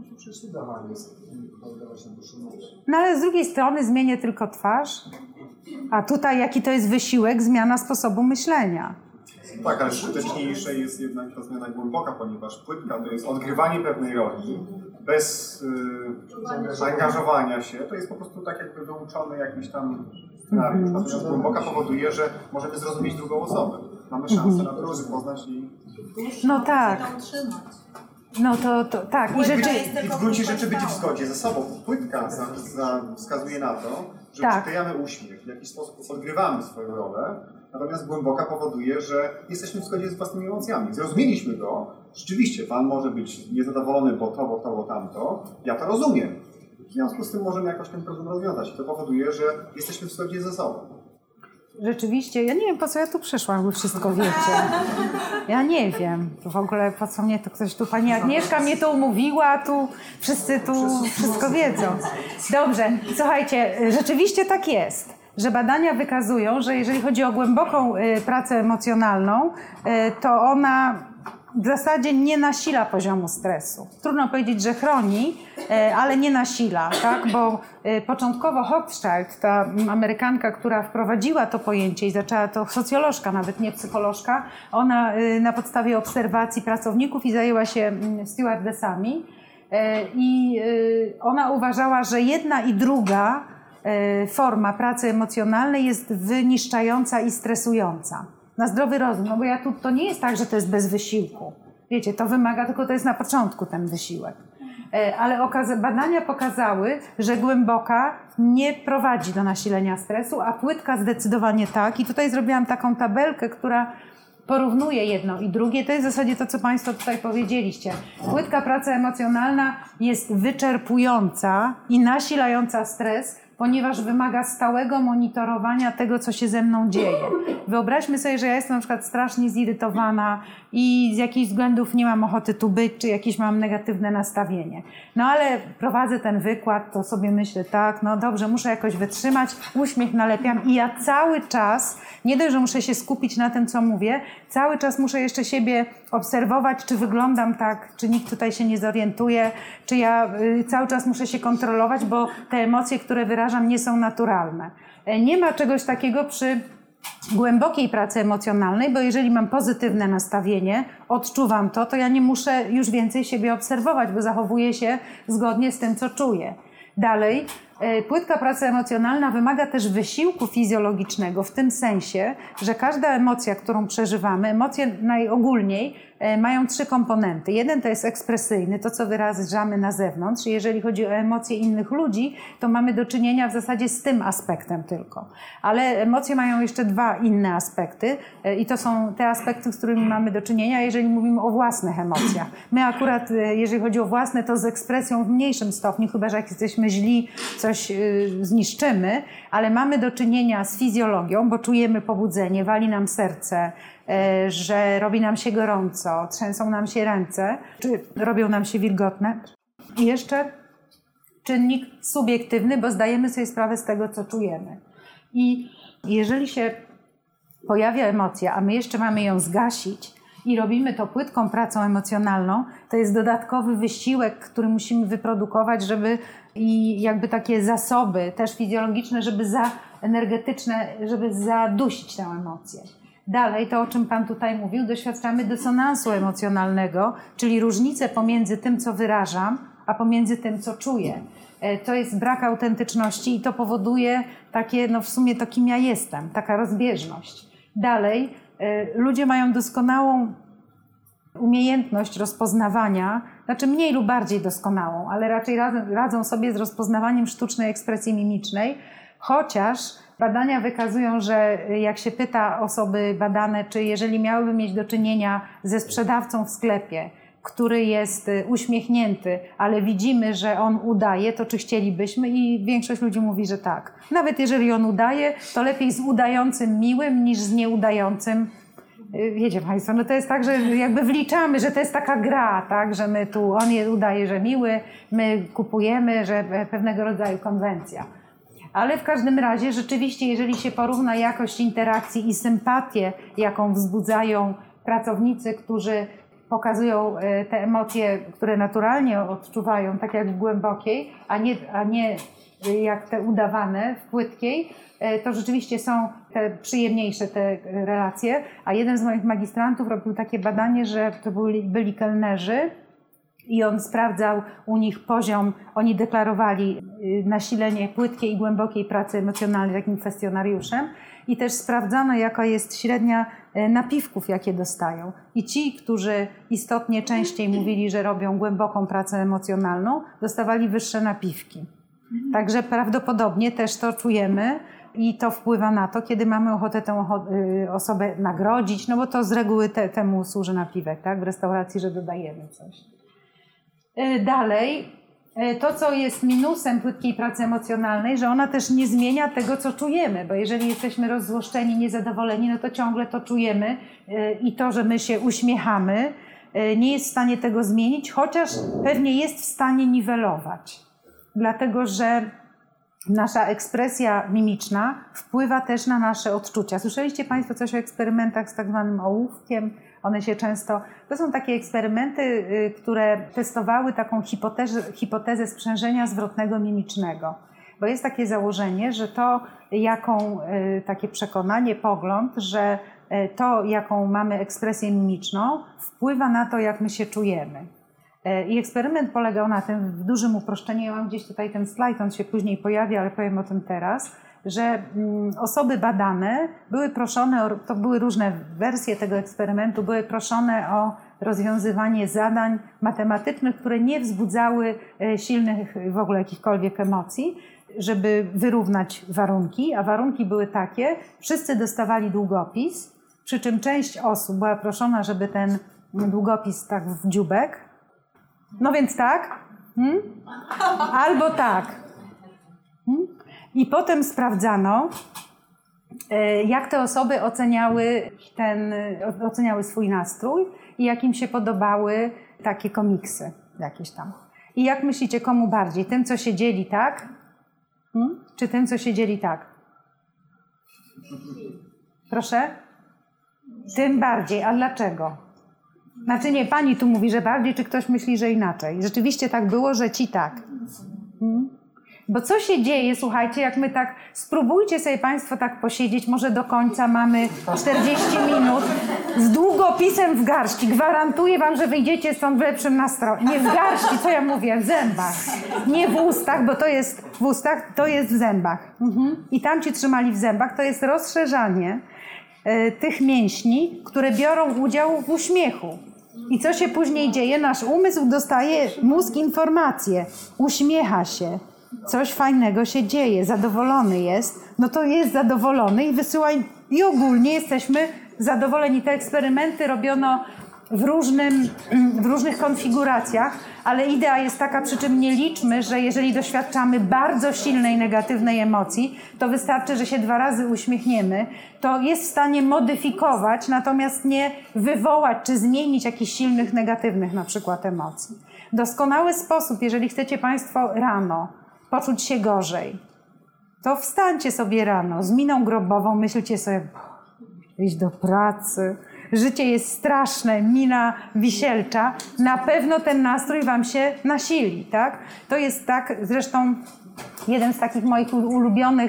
No ale z drugiej strony zmienię tylko twarz, a tutaj jaki to jest wysiłek, zmiana sposobu myślenia. Tak, ale skuteczniejsza jest jednak ta zmiana głęboka, ponieważ płytka to jest odgrywanie pewnej roli bez zaangażowania się. To jest po prostu tak jakby wyuczony jakiś tam scenariusz. Natomiast głęboka powoduje, że możemy zrozumieć drugą osobę. Mamy szansę na to, żeby poznać jej. No tak. No to tak. I w gruncie rzeczy być w zgodzie ze sobą. Płytka wskazuje na to, że przyklejamy uśmiech, w jakiś sposób odgrywamy swoją rolę. Natomiast głęboka powoduje, że jesteśmy w zgodzie z własnymi emocjami. Zrozumieliśmy go. Rzeczywiście, Pan może być niezadowolony, bo to, tamto. Ja to rozumiem. W związku z tym możemy jakoś ten problem rozwiązać. I to powoduje, że jesteśmy w zgodzie ze sobą. Rzeczywiście, ja nie wiem, po co ja tu przyszłam, wy wszystko wiecie. Ja nie wiem. W ogóle po co mnie to ktoś tu, pani Agnieszka mnie to umówiła, tu wszyscy tu wszystko wiedzą. Dobrze, słuchajcie, rzeczywiście tak jest, że badania wykazują, że jeżeli chodzi o głęboką pracę emocjonalną, to ona w zasadzie nie nasila poziomu stresu. Trudno powiedzieć, że chroni, ale nie nasila, tak? Bo początkowo Hochschild, ta Amerykanka, która wprowadziła to pojęcie i zaczęła to, socjolożka, nawet nie psycholożka, ona na podstawie obserwacji pracowników i zajęła się stewardessami i ona uważała, że jedna i druga forma pracy emocjonalnej jest wyniszczająca i stresująca. Na zdrowy rozum, no bo to nie jest tak, że to jest bez wysiłku. Wiecie, to wymaga, tylko to jest na początku ten wysiłek. Ale badania pokazały, że głęboka nie prowadzi do nasilenia stresu, a płytka zdecydowanie tak. I tutaj zrobiłam taką tabelkę, która porównuje jedno i drugie. To jest w zasadzie to, co Państwo tutaj powiedzieliście. Płytka praca emocjonalna jest wyczerpująca i nasilająca stres, ponieważ wymaga stałego monitorowania tego, co się ze mną dzieje. Wyobraźmy sobie, że ja jestem na przykład strasznie zirytowana i z jakichś względów nie mam ochoty tu być, czy jakieś mam negatywne nastawienie. No ale prowadzę ten wykład, to sobie myślę, tak, no dobrze, muszę jakoś wytrzymać, uśmiech nalepiam i ja cały czas, nie dość, że muszę się skupić na tym, co mówię, cały czas muszę jeszcze siebie obserwować, czy wyglądam tak, czy nikt tutaj się nie zorientuje, czy ja cały czas muszę się kontrolować, bo te emocje, które wyrażam, nie są naturalne. Nie ma czegoś takiego przy głębokiej pracy emocjonalnej, bo jeżeli mam pozytywne nastawienie, odczuwam to ja nie muszę już więcej siebie obserwować, bo zachowuję się zgodnie z tym, co czuję. Dalej, płytka praca emocjonalna wymaga też wysiłku fizjologicznego w tym sensie, że każda emocja, którą przeżywamy, emocje najogólniej mają 3 komponenty. Jeden to jest ekspresyjny, to co wyrażamy na zewnątrz. Jeżeli chodzi o emocje innych ludzi, to mamy do czynienia w zasadzie z tym aspektem tylko. Ale emocje mają jeszcze 2 inne aspekty i to są te aspekty, z którymi mamy do czynienia, jeżeli mówimy o własnych emocjach. My akurat, jeżeli chodzi o własne, to z ekspresją w mniejszym stopniu, chyba że jak jesteśmy źli, coś zniszczymy, ale mamy do czynienia z fizjologią, bo czujemy pobudzenie, wali nam serce, że robi nam się gorąco, trzęsą nam się ręce, czy robią nam się wilgotne. I jeszcze czynnik subiektywny, bo zdajemy sobie sprawę z tego, co czujemy. I jeżeli się pojawia emocja, a my jeszcze mamy ją zgasić i robimy to płytką pracą emocjonalną, to jest dodatkowy wysiłek, który musimy wyprodukować, żeby i jakby takie zasoby też fizjologiczne, energetyczne, żeby zadusić tę emocję. Dalej, to o czym Pan tutaj mówił, doświadczamy dysonansu emocjonalnego, czyli różnicę pomiędzy tym, co wyrażam, a pomiędzy tym, co czuję. To jest brak autentyczności i to powoduje takie, no w sumie to kim ja jestem, taka rozbieżność. Dalej, ludzie mają doskonałą umiejętność rozpoznawania, znaczy mniej lub bardziej doskonałą, ale raczej radzą sobie z rozpoznawaniem sztucznej ekspresji mimicznej, chociaż badania wykazują, że jak się pyta osoby badane, czy jeżeli miałyby mieć do czynienia ze sprzedawcą w sklepie, który jest uśmiechnięty, ale widzimy, że on udaje, to czy chcielibyśmy? I większość ludzi mówi, że tak. Nawet jeżeli on udaje, to lepiej z udającym miłym niż z nieudającym. Wiecie Państwo, no to jest tak, że jakby wliczamy, że to jest taka gra, tak, że my tu, on udaje, że miły, my kupujemy, że pewnego rodzaju konwencja. Ale w każdym razie rzeczywiście, jeżeli się porówna jakość interakcji i sympatię, jaką wzbudzają pracownicy, którzy pokazują te emocje, które naturalnie odczuwają, tak jak w głębokiej, a nie jak te udawane w płytkiej, to rzeczywiście są te przyjemniejsze te relacje. A jeden z moich magistrantów robił takie badanie, że to byli kelnerzy i on sprawdzał u nich poziom, oni deklarowali nasilenie płytkiej i głębokiej pracy emocjonalnej takim kwestionariuszem i też sprawdzano, jaka jest średnia napiwków, jakie dostają. I ci, którzy istotnie częściej mówili, że robią głęboką pracę emocjonalną, dostawali wyższe napiwki. Także prawdopodobnie też to czujemy i to wpływa na to, kiedy mamy ochotę tę osobę nagrodzić, no bo to z reguły temu służy napiwek, tak? W restauracji, że dodajemy coś. Dalej, to co jest minusem płytkiej pracy emocjonalnej, że ona też nie zmienia tego, co czujemy, bo jeżeli jesteśmy rozzłoszczeni, niezadowoleni, no to ciągle to czujemy i to, że my się uśmiechamy, nie jest w stanie tego zmienić, chociaż pewnie jest w stanie niwelować. Dlatego, że nasza ekspresja mimiczna wpływa też na nasze odczucia. Słyszeliście Państwo coś o eksperymentach z tak zwanym ołówkiem? One się często... To są takie eksperymenty, które testowały taką hipotezę sprzężenia zwrotnego mimicznego. Bo jest takie założenie, że to takie przekonanie, pogląd, że to jaką mamy ekspresję mimiczną wpływa na to, jak my się czujemy. I eksperyment polegał na tym, w dużym uproszczeniu, ja mam gdzieś tutaj ten slajd, on się później pojawi, ale powiem o tym teraz, że osoby badane były proszone, to były różne wersje tego eksperymentu, były proszone o rozwiązywanie zadań matematycznych, które nie wzbudzały silnych w ogóle jakichkolwiek emocji, żeby wyrównać warunki, a warunki były takie, wszyscy dostawali długopis, przy czym część osób była proszona, żeby ten długopis tak w dzióbek. No więc tak, albo tak. I potem sprawdzano, jak te osoby oceniały swój nastrój i jak im się podobały takie komiksy jakieś tam. I jak myślicie, komu bardziej? Tym, co się dzieli tak? Czy tym, co się dzieli tak? Proszę? Tym bardziej. A dlaczego? Znaczy nie, pani tu mówi, że bardziej, czy ktoś myśli, że inaczej? Rzeczywiście tak było, że ci tak. Bo co się dzieje, słuchajcie, jak my tak, spróbujcie sobie Państwo tak posiedzieć, może do końca mamy 40 minut z długopisem w garści. Gwarantuję Wam, że wyjdziecie stąd w lepszym nastroju. Nie w garści, co ja mówię, w zębach. Nie w ustach, bo to jest w ustach, to jest w zębach. I tam ci trzymali w zębach, to jest rozszerzanie tych mięśni, które biorą udział w uśmiechu. I co się później dzieje? Nasz umysł dostaje, mózg informację, uśmiecha się. Coś fajnego się dzieje, zadowolony jest, no to jest zadowolony i wysyła i ogólnie jesteśmy zadowoleni. Te eksperymenty robiono w różnych konfiguracjach, ale idea jest taka, przy czym nie liczmy, że jeżeli doświadczamy bardzo silnej negatywnej emocji, to wystarczy, że się 2 razy uśmiechniemy, to jest w stanie modyfikować, natomiast nie wywołać czy zmienić jakichś silnych negatywnych na przykład emocji. Doskonały sposób, jeżeli chcecie Państwo rano poczuć się gorzej, to wstańcie sobie rano z miną grobową, myślcie sobie, iść do pracy, życie jest straszne, mina wisielcza, na pewno ten nastrój Wam się nasili, tak? To jest tak, zresztą jeden z takich moich ulubionych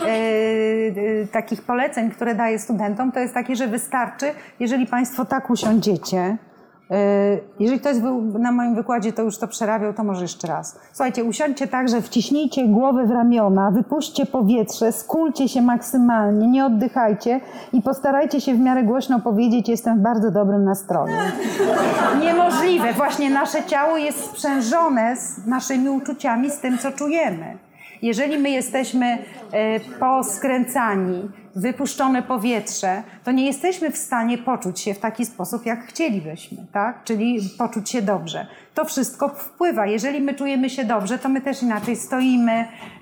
takich poleceń, które daję studentom, to jest takie, że wystarczy, jeżeli Państwo tak usiądziecie. Jeżeli ktoś był na moim wykładzie, to już to przerabiał, to może jeszcze raz. Słuchajcie, usiądźcie tak, że wciśnijcie głowę w ramiona, wypuśćcie powietrze, skulcie się maksymalnie, nie oddychajcie i postarajcie się w miarę głośno powiedzieć: jestem w bardzo dobrym nastroju. Niemożliwe. Właśnie nasze ciało jest sprzężone z naszymi uczuciami, z tym, co czujemy. Jeżeli my jesteśmy poskręcani, wypuszczone powietrze, to nie jesteśmy w stanie poczuć się w taki sposób, jak chcielibyśmy, tak? Czyli poczuć się dobrze. To wszystko wpływa. Jeżeli my czujemy się dobrze, to my też inaczej stoimy,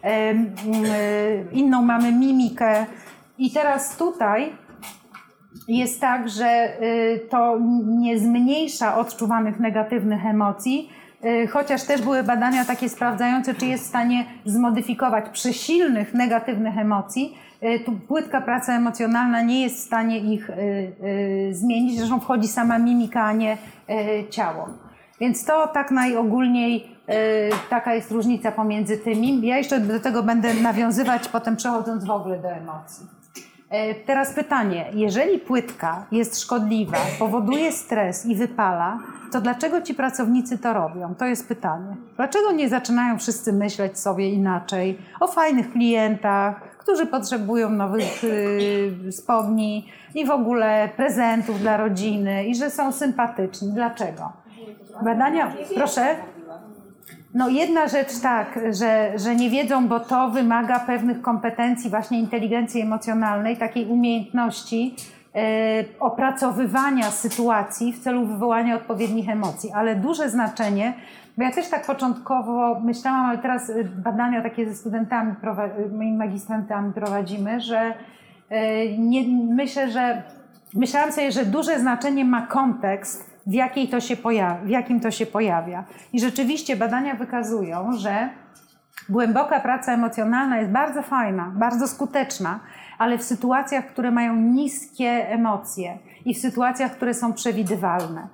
inną mamy mimikę. I teraz tutaj jest tak, że to nie zmniejsza odczuwanych negatywnych emocji, chociaż też były badania takie sprawdzające, czy jest w stanie zmodyfikować przy silnych negatywnych emocji. Tu płytka praca emocjonalna nie jest w stanie ich zmienić, zresztą wchodzi sama mimika, a nie ciało. Więc to tak najogólniej taka jest różnica pomiędzy tymi. Ja jeszcze do tego będę nawiązywać, potem przechodząc w ogóle do emocji. Teraz pytanie, jeżeli płytka jest szkodliwa, powoduje stres i wypala, to dlaczego ci pracownicy to robią? To jest pytanie. Dlaczego nie zaczynają wszyscy myśleć sobie inaczej o fajnych klientach, którzy potrzebują nowych spodni i w ogóle prezentów dla rodziny i że są sympatyczni? Dlaczego? Badania, proszę? No jedna rzecz tak, że nie wiedzą, bo to wymaga pewnych kompetencji, właśnie inteligencji emocjonalnej, takiej umiejętności opracowywania sytuacji w celu wywołania odpowiednich emocji, ale duże znaczenie, bo ja też tak początkowo myślałam, ale teraz badania takie ze studentami, moimi magistrantami prowadzimy, że myślałam sobie, że duże znaczenie ma kontekst, w jakim to się pojawia. I rzeczywiście badania wykazują, że głęboka praca emocjonalna jest bardzo fajna, bardzo skuteczna, ale w sytuacjach, które mają niskie emocje i w sytuacjach, które są przewidywalne.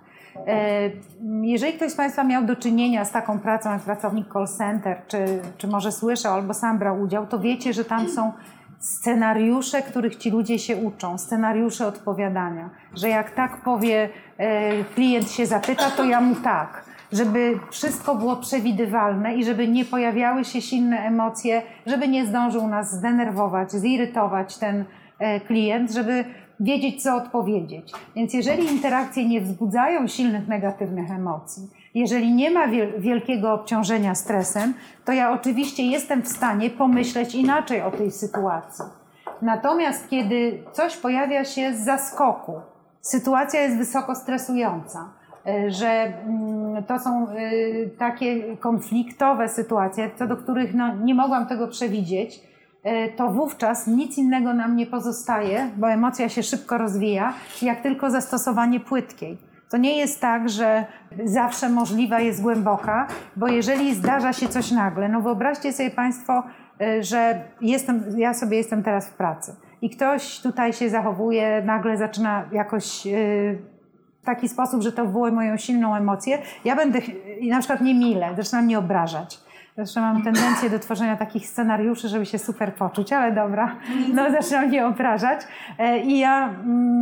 Jeżeli ktoś z Państwa miał do czynienia z taką pracą jak pracownik call center, czy może słyszał albo sam brał udział, to wiecie, że tam są scenariusze, których ci ludzie się uczą, scenariusze odpowiadania, że jak tak powie, klient się zapyta, to ja mu tak, żeby wszystko było przewidywalne i żeby nie pojawiały się silne emocje, żeby nie zdążył nas zdenerwować, zirytować ten klient, żeby wiedzieć, co odpowiedzieć. Więc jeżeli interakcje nie wzbudzają silnych negatywnych emocji, jeżeli nie ma wielkiego obciążenia stresem, to ja oczywiście jestem w stanie pomyśleć inaczej o tej sytuacji. Natomiast kiedy coś pojawia się z zaskoku, sytuacja jest wysoko stresująca, że to są takie konfliktowe sytuacje, co do których nie mogłam tego przewidzieć, to wówczas nic innego nam nie pozostaje, bo emocja się szybko rozwija, jak tylko zastosowanie płytkiej. To nie jest tak, że zawsze możliwa jest głęboka, bo jeżeli zdarza się coś nagle, no wyobraźcie sobie Państwo, że ja sobie jestem teraz w pracy i ktoś tutaj się zachowuje, nagle zaczyna jakoś w taki sposób, że to wywołuje moją silną emocję, ja będę na przykład niemile, zaczynam mnie obrażać. Zresztą mam tendencję do tworzenia takich scenariuszy, żeby się super poczuć, ale dobra, no zaczynam mnie obrażać i ja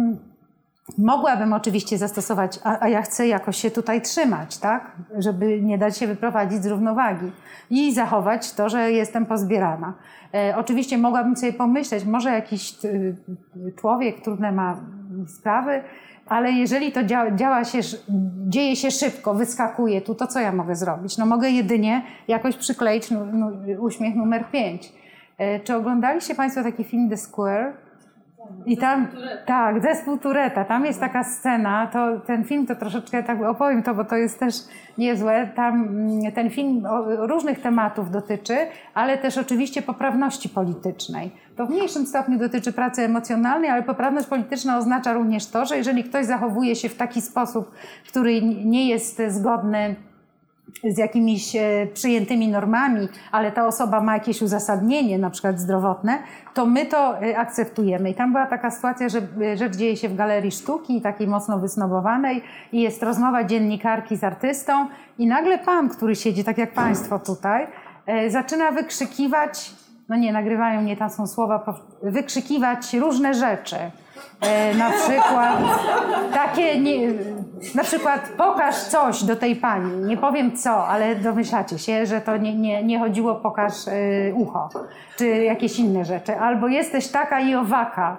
mogłabym oczywiście zastosować, a ja chcę jakoś się tutaj trzymać, tak, żeby nie dać się wyprowadzić z równowagi i zachować to, że jestem pozbierana. Oczywiście mogłabym sobie pomyśleć, może jakiś człowiek trudne ma sprawy, ale jeżeli to dzieje się szybko, wyskakuje tu, to co ja mogę zrobić? No mogę jedynie jakoś przykleić uśmiech numer 5. Czy oglądaliście Państwo taki film The Square? I tam, tak, Zespół Touretta, tam jest taka scena, ten film to troszeczkę tak opowiem to, bo to jest też niezłe, tam ten film różnych tematów dotyczy, ale też oczywiście poprawności politycznej. To w mniejszym stopniu dotyczy pracy emocjonalnej, ale poprawność polityczna oznacza również to, że jeżeli ktoś zachowuje się w taki sposób, który nie jest zgodny z jakimiś przyjętymi normami, ale ta osoba ma jakieś uzasadnienie, na przykład zdrowotne, to my to akceptujemy. I tam była taka sytuacja, że rzecz dzieje się w Galerii Sztuki, takiej mocno wysnobowanej i jest rozmowa dziennikarki z artystą i nagle pan, który siedzi, tak jak Państwo tutaj, zaczyna wykrzykiwać no nie, nagrywają mnie, tam są słowa, wykrzykiwać różne rzeczy. Na przykład takie, na przykład pokaż coś do tej pani, nie powiem co, ale domyślacie się, że to nie chodziło pokaż ucho, czy jakieś inne rzeczy, albo jesteś taka i owaka.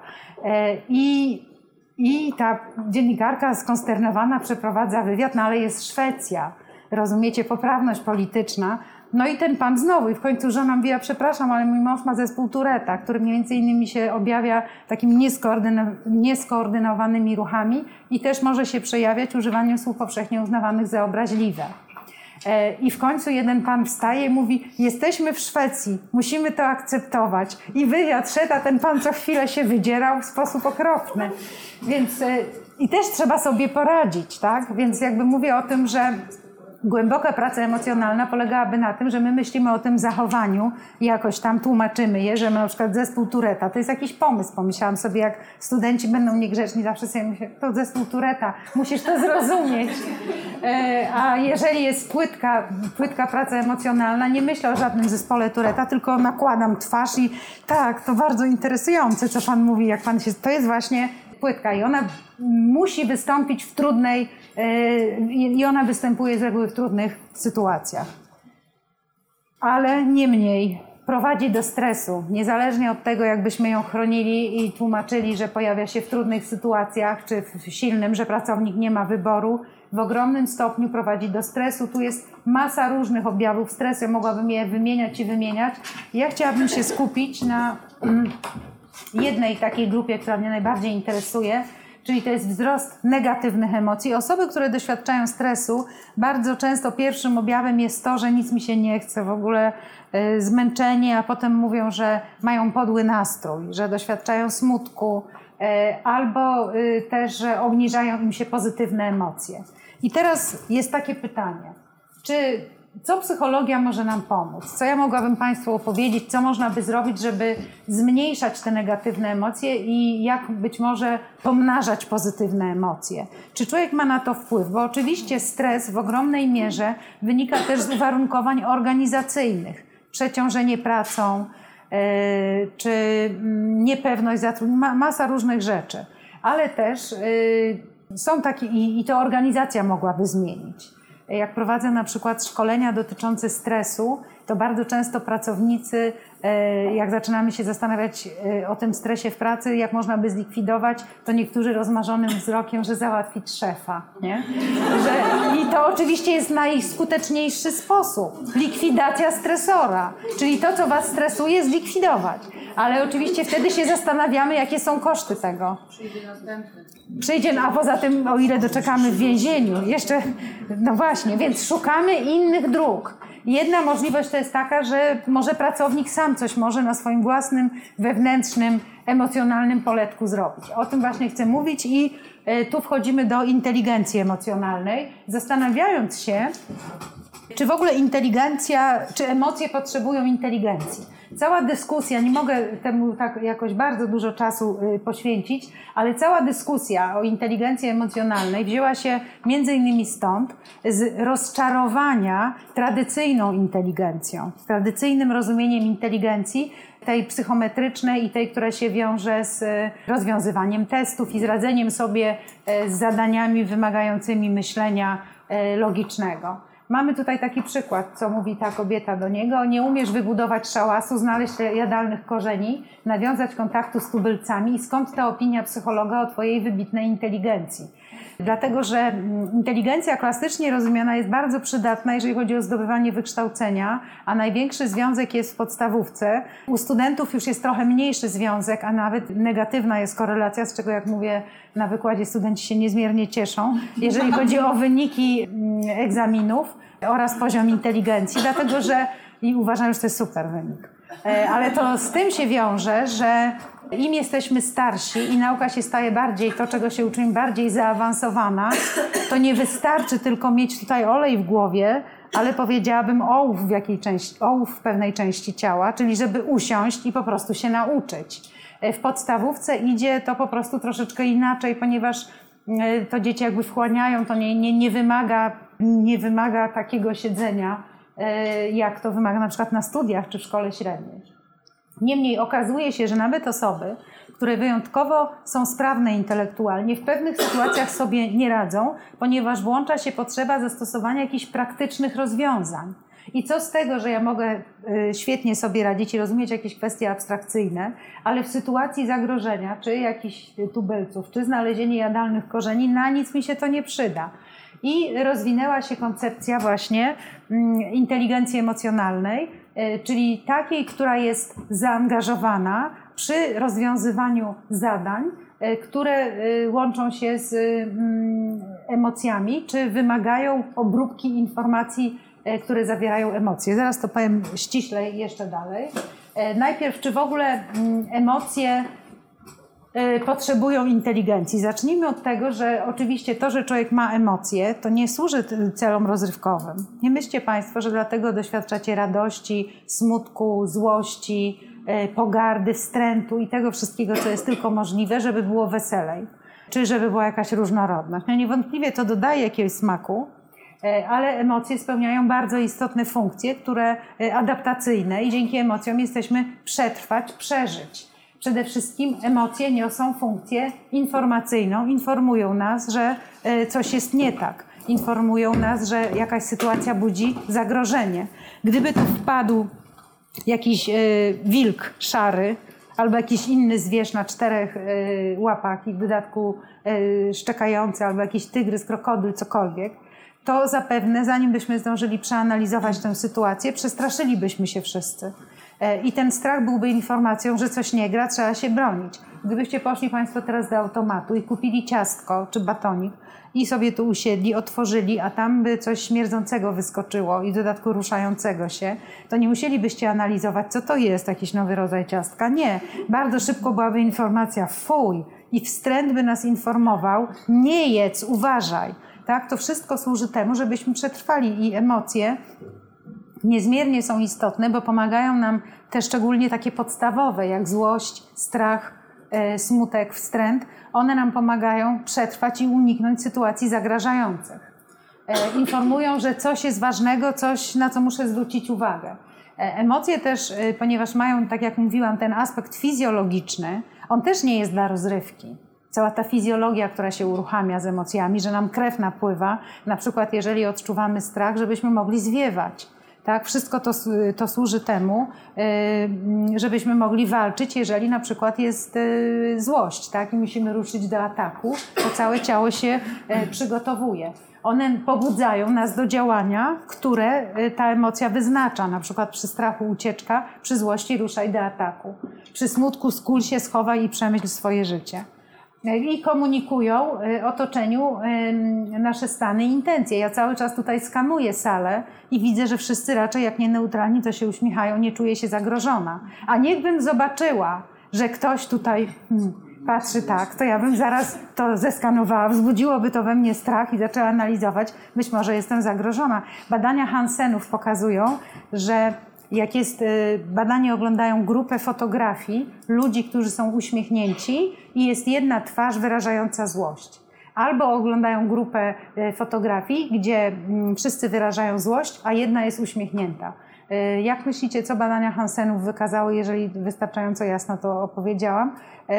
I ta dziennikarka skonsternowana przeprowadza wywiad, no ale jest Szwecja, rozumiecie, poprawność polityczna. No i ten pan znowu, i w końcu żona mówi, ja przepraszam, ale mój mąż ma zespół Tourett'a, który między innymi się objawia takimi nieskoordynowanymi ruchami i też może się przejawiać używaniem słów powszechnie uznawanych za obraźliwe. I w końcu jeden pan wstaje i mówi, jesteśmy w Szwecji, musimy to akceptować. I wywiad szedł, a ten pan co chwilę się wydzierał w sposób okropny. Więc i też trzeba sobie poradzić, tak? Więc jakby mówię o tym, że głęboka praca emocjonalna polegałaby na tym, że my myślimy o tym zachowaniu i jakoś tam tłumaczymy je, że my na przykład zespół Tourett'a, to jest jakiś pomysł. Pomyślałam sobie, jak studenci będą niegrzeczni, zawsze sobie myślę, to zespół Tourett'a, musisz to zrozumieć. A jeżeli jest płytka praca emocjonalna, nie myślę o żadnym zespole Tourett'a, tylko nakładam twarz i tak, to bardzo interesujące, co pan mówi, jak pan się, to jest właśnie płytka i ona musi wystąpić w trudnej, i ona występuje z reguły w trudnych sytuacjach. Ale niemniej prowadzi do stresu, niezależnie od tego, jakbyśmy ją chronili i tłumaczyli, że pojawia się w trudnych sytuacjach, czy w silnym, że pracownik nie ma wyboru, w ogromnym stopniu prowadzi do stresu. Tu jest masa różnych objawów stresu, ja mogłabym je wymieniać i wymieniać. Ja chciałabym się skupić na jednej takiej grupie, która mnie najbardziej interesuje, czyli to jest wzrost negatywnych emocji. Osoby, które doświadczają stresu, bardzo często pierwszym objawem jest to, że nic mi się nie chce, w ogóle zmęczenie, a potem mówią, że mają podły nastrój, że doświadczają smutku, albo też, że obniżają im się pozytywne emocje. I teraz jest takie pytanie, co psychologia może nam pomóc? Co ja mogłabym Państwu opowiedzieć? Co można by zrobić, żeby zmniejszać te negatywne emocje i jak być może pomnażać pozytywne emocje? Czy człowiek ma na to wpływ? Bo oczywiście stres w ogromnej mierze wynika też z uwarunkowań organizacyjnych. Przeciążenie pracą, czy niepewność zatrudnienia, masa różnych rzeczy. Ale też są takie, i to organizacja mogłaby zmienić. Jak prowadzę na przykład szkolenia dotyczące stresu, to bardzo często pracownicy, jak zaczynamy się zastanawiać o tym stresie w pracy, jak można by zlikwidować, to niektórzy rozmarzonym wzrokiem, że załatwić szefa, nie? I to oczywiście jest najskuteczniejszy sposób. Likwidacja stresora, czyli to, co was stresuje, zlikwidować. Ale oczywiście wtedy się zastanawiamy, jakie są koszty tego. Przyjdzie, a poza tym, o ile doczekamy w więzieniu, jeszcze, no właśnie, więc szukamy innych dróg. Jedna możliwość to jest taka, że może pracownik sam coś może na swoim własnym, wewnętrznym, emocjonalnym poletku zrobić. O tym właśnie chcę mówić i tu wchodzimy do inteligencji emocjonalnej, zastanawiając się, czy w ogóle inteligencja, czy emocje potrzebują inteligencji. Cała dyskusja, nie mogę temu tak jakoś bardzo dużo czasu poświęcić, ale cała dyskusja o inteligencji emocjonalnej wzięła się między innymi stąd, z rozczarowania tradycyjną inteligencją, z tradycyjnym rozumieniem inteligencji, tej psychometrycznej i tej, która się wiąże z rozwiązywaniem testów i z radzeniem sobie z zadaniami wymagającymi myślenia logicznego. Mamy tutaj taki przykład, co mówi ta kobieta do niego. Nie umiesz wybudować szałasu, znaleźć jadalnych korzeni, nawiązać kontaktu z tubylcami. I skąd ta opinia psychologa o twojej wybitnej inteligencji? Dlatego, że inteligencja klasycznie rozumiana jest bardzo przydatna, jeżeli chodzi o zdobywanie wykształcenia, a największy związek jest w podstawówce. U studentów już jest trochę mniejszy związek, a nawet negatywna jest korelacja, z czego, jak mówię na wykładzie, studenci się niezmiernie cieszą, jeżeli chodzi o wyniki egzaminów oraz poziom inteligencji, dlatego że i uważają, że to jest super wynik. Ale to z tym się wiąże, że im jesteśmy starsi i nauka się staje bardziej, to czego się uczymy, bardziej zaawansowana, to nie wystarczy tylko mieć tutaj olej w głowie, ale powiedziałabym ołów w pewnej części ciała, czyli żeby usiąść i po prostu się nauczyć. W podstawówce idzie to po prostu troszeczkę inaczej, ponieważ to dzieci jakby wchłaniają, to nie wymaga takiego siedzenia, jak to wymaga na przykład na studiach czy w szkole średniej. Niemniej okazuje się, że nawet osoby, które wyjątkowo są sprawne intelektualnie, w pewnych sytuacjach sobie nie radzą, ponieważ włącza się potrzeba zastosowania jakichś praktycznych rozwiązań. I co z tego, że ja mogę świetnie sobie radzić i rozumieć jakieś kwestie abstrakcyjne, ale w sytuacji zagrożenia, czy jakichś tubylców, czy znalezienie jadalnych korzeni, na nic mi się to nie przyda. I rozwinęła się koncepcja właśnie inteligencji emocjonalnej, czyli takiej, która jest zaangażowana przy rozwiązywaniu zadań, które łączą się z emocjami, czy wymagają obróbki informacji, które zawierają emocje. Zaraz to powiem ściślej jeszcze dalej. Najpierw, czy w ogóle emocje potrzebują inteligencji. Zacznijmy od tego, że oczywiście to, że człowiek ma emocje, to nie służy celom rozrywkowym. Nie myślcie Państwo, że dlatego doświadczacie radości, smutku, złości, pogardy, wstrętu i tego wszystkiego, co jest tylko możliwe, żeby było weselej, czy żeby była jakaś różnorodność. No niewątpliwie to dodaje jakiegoś smaku, ale emocje spełniają bardzo istotne funkcje, które adaptacyjne i dzięki emocjom jesteśmy przetrwać, przeżyć. Przede wszystkim emocje niosą funkcję informacyjną, informują nas, że coś jest nie tak, informują nas, że jakaś sytuacja budzi zagrożenie. Gdyby tu wpadł jakiś wilk szary albo jakiś inny zwierz na 4 łapach i w dodatku szczekający, albo jakiś tygrys, krokodyl, cokolwiek, to zapewne zanim byśmy zdążyli przeanalizować tę sytuację, przestraszylibyśmy się wszyscy. I ten strach byłby informacją, że coś nie gra, trzeba się bronić. Gdybyście poszli Państwo teraz do automatu i kupili ciastko czy batonik i sobie tu usiedli, otworzyli, a tam by coś śmierdzącego wyskoczyło i w dodatku ruszającego się, to nie musielibyście analizować, co to jest, jakiś nowy rodzaj ciastka. Nie. Bardzo szybko byłaby informacja, fuj, i wstręt by nas informował, nie jedz, uważaj. Tak? To wszystko służy temu, żebyśmy przetrwali i emocje niezmiernie są istotne, bo pomagają nam te szczególnie takie podstawowe, jak złość, strach, smutek, wstręt. One nam pomagają przetrwać i uniknąć sytuacji zagrażających. Informują, że coś jest ważnego, coś, na co muszę zwrócić uwagę. Emocje też, ponieważ mają, tak jak mówiłam, ten aspekt fizjologiczny, on też nie jest dla rozrywki. Cała ta fizjologia, która się uruchamia z emocjami, że nam krew napływa, na przykład jeżeli odczuwamy strach, żebyśmy mogli zwiewać. Tak? Wszystko to służy temu, żebyśmy mogli walczyć, jeżeli na przykład jest złość, tak? I musimy ruszyć do ataku, to całe ciało się przygotowuje. One pobudzają nas do działania, które ta emocja wyznacza. Na przykład przy strachu ucieczka, przy złości ruszaj do ataku. Przy smutku skul się, schowaj i przemyśl swoje życie. I komunikują otoczeniu nasze stany i intencje. Ja cały czas tutaj skanuję salę i widzę, że wszyscy raczej jak nie neutralni, to się uśmiechają, nie czuję się zagrożona. A niechbym zobaczyła, że ktoś tutaj patrzy tak, to ja bym zaraz to zeskanowała, wzbudziłoby to we mnie strach i zaczęła analizować, być może jestem zagrożona. Badania Hansenów pokazują, że jak jest badanie, oglądają grupę fotografii ludzi, którzy są uśmiechnięci i jest jedna twarz wyrażająca złość. Albo oglądają grupę fotografii, gdzie wszyscy wyrażają złość, a jedna jest uśmiechnięta. Jak myślicie, co badania Hansenów wykazały, jeżeli wystarczająco jasno to opowiedziałam?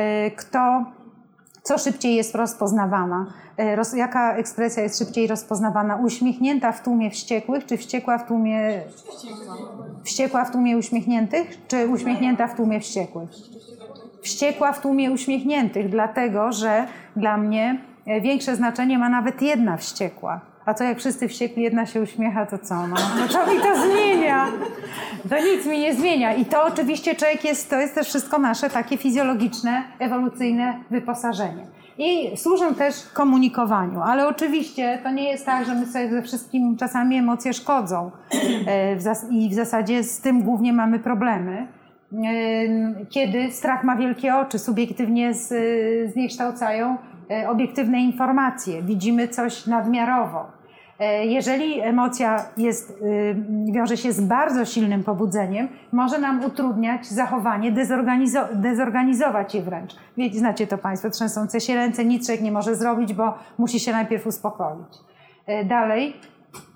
Co szybciej jest rozpoznawana? Jaka ekspresja jest szybciej rozpoznawana? Uśmiechnięta w tłumie wściekłych, czy wściekła w tłumie... Wściekła w tłumie uśmiechniętych, czy uśmiechnięta w tłumie wściekłych? Wściekła w tłumie uśmiechniętych, dlatego że dla mnie większe znaczenie ma nawet jedna wściekła. A co jak wszyscy wściekli, jedna się uśmiecha, to co? No to mi to zmienia. To nic mi nie zmienia. I to oczywiście to jest też wszystko nasze takie fizjologiczne, ewolucyjne wyposażenie. I służą też komunikowaniu, ale oczywiście to nie jest tak, że my sobie ze wszystkim czasami emocje szkodzą i w zasadzie z tym głównie mamy problemy. Kiedy strach ma wielkie oczy, subiektywnie zniekształcają obiektywne informacje, widzimy coś nadmiarowo. Jeżeli emocja wiąże się z bardzo silnym pobudzeniem, może nam utrudniać zachowanie, dezorganizować je wręcz. Znacie to Państwo, trzęsące się ręce, nic człowiek nie może zrobić, bo musi się najpierw uspokoić. Dalej,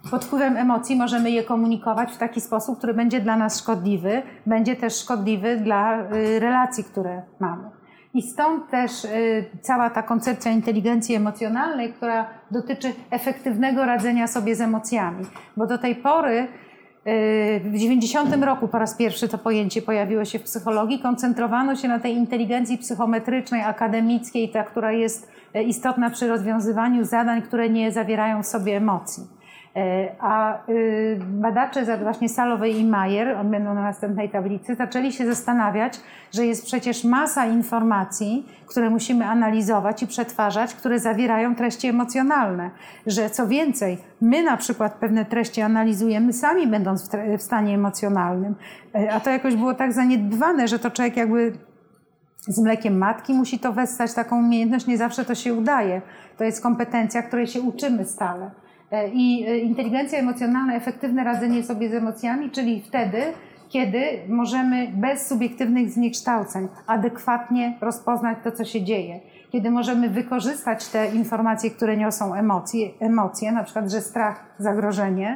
pod wpływem emocji możemy je komunikować w taki sposób, który będzie dla nas szkodliwy, będzie też szkodliwy dla relacji, które mamy. I stąd też cała ta koncepcja inteligencji emocjonalnej, która dotyczy efektywnego radzenia sobie z emocjami. Bo do tej pory, w 90 roku po raz pierwszy to pojęcie pojawiło się w psychologii, koncentrowano się na tej inteligencji psychometrycznej, akademickiej, ta, która jest istotna przy rozwiązywaniu zadań, które nie zawierają w sobie emocji. A badacze właśnie Salovey i Mayer, one będą na następnej tablicy, zaczęli się zastanawiać, że jest przecież masa informacji, które musimy analizować i przetwarzać, które zawierają treści emocjonalne. Że co więcej, my na przykład pewne treści analizujemy sami, będąc w stanie emocjonalnym, a to jakoś było tak zaniedbywane, że to człowiek jakby z mlekiem matki musi to wessać, taką umiejętność, nie zawsze to się udaje. To jest kompetencja, której się uczymy stale. I inteligencja emocjonalna, efektywne radzenie sobie z emocjami, czyli wtedy, kiedy możemy bez subiektywnych zniekształceń adekwatnie rozpoznać to, co się dzieje. Kiedy możemy wykorzystać te informacje, które niosą emocje, na przykład, że strach, zagrożenie,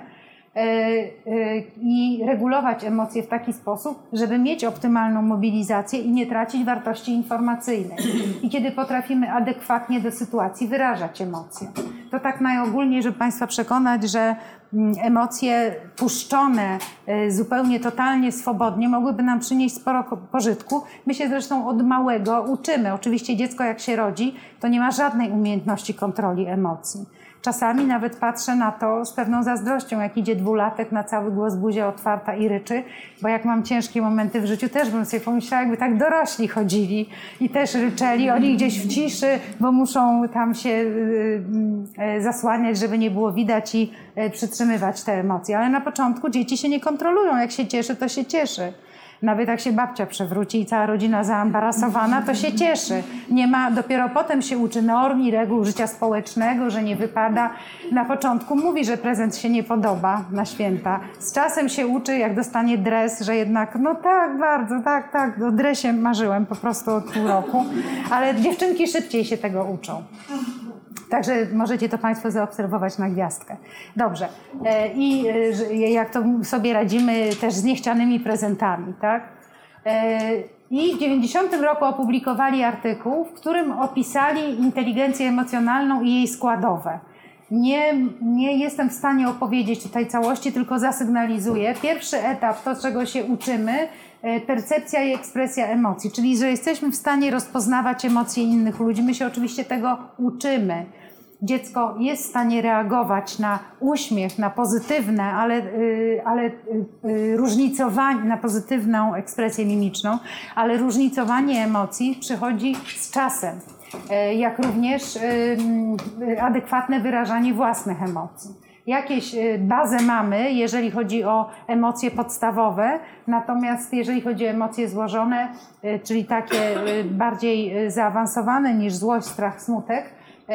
i regulować emocje w taki sposób, żeby mieć optymalną mobilizację i nie tracić wartości informacyjnej. I kiedy potrafimy adekwatnie do sytuacji wyrażać emocje. To tak najogólniej, żeby Państwa przekonać, że emocje puszczone zupełnie, totalnie swobodnie mogłyby nam przynieść sporo pożytku. My się zresztą od małego uczymy. Oczywiście dziecko jak się rodzi, to nie ma żadnej umiejętności kontroli emocji. Czasami nawet patrzę na to z pewną zazdrością, jak idzie 2-latek na cały głos, buzia otwarta i ryczy, bo jak mam ciężkie momenty w życiu, też bym sobie pomyślała, jakby tak dorośli chodzili i też ryczeli, oni gdzieś w ciszy, bo muszą tam się zasłaniać, żeby nie było widać i przytrzymywać te emocje. Ale na początku dzieci się nie kontrolują, jak się cieszy, to się cieszy. Nawet jak się babcia przewróci i cała rodzina zaembarasowana, to się cieszy. Nie ma, dopiero potem się uczy norm i reguł życia społecznego, że nie wypada. Na początku mówi, że prezent się nie podoba na święta. Z czasem się uczy, jak dostanie dres, że jednak, no tak, bardzo, tak, o dresie marzyłem po prostu od pół roku. Ale dziewczynki szybciej się tego uczą. Także możecie to Państwo zaobserwować na gwiazdkę. Dobrze. I jak to sobie radzimy też z niechcianymi prezentami, tak? I w 90 roku opublikowali artykuł, w którym opisali inteligencję emocjonalną i jej składowe. Nie jestem w stanie opowiedzieć tutaj całości, tylko zasygnalizuję. Pierwszy etap, to czego się uczymy, percepcja i ekspresja emocji, czyli że jesteśmy w stanie rozpoznawać emocje innych ludzi. My się oczywiście tego uczymy. Dziecko jest w stanie reagować na uśmiech, na pozytywne, ale różnicowanie, na pozytywną ekspresję mimiczną, ale różnicowanie emocji przychodzi z czasem, jak również adekwatne wyrażanie własnych emocji. Jakieś bazę mamy, jeżeli chodzi o emocje podstawowe, natomiast jeżeli chodzi o emocje złożone, czyli takie bardziej zaawansowane niż złość, strach, smutek,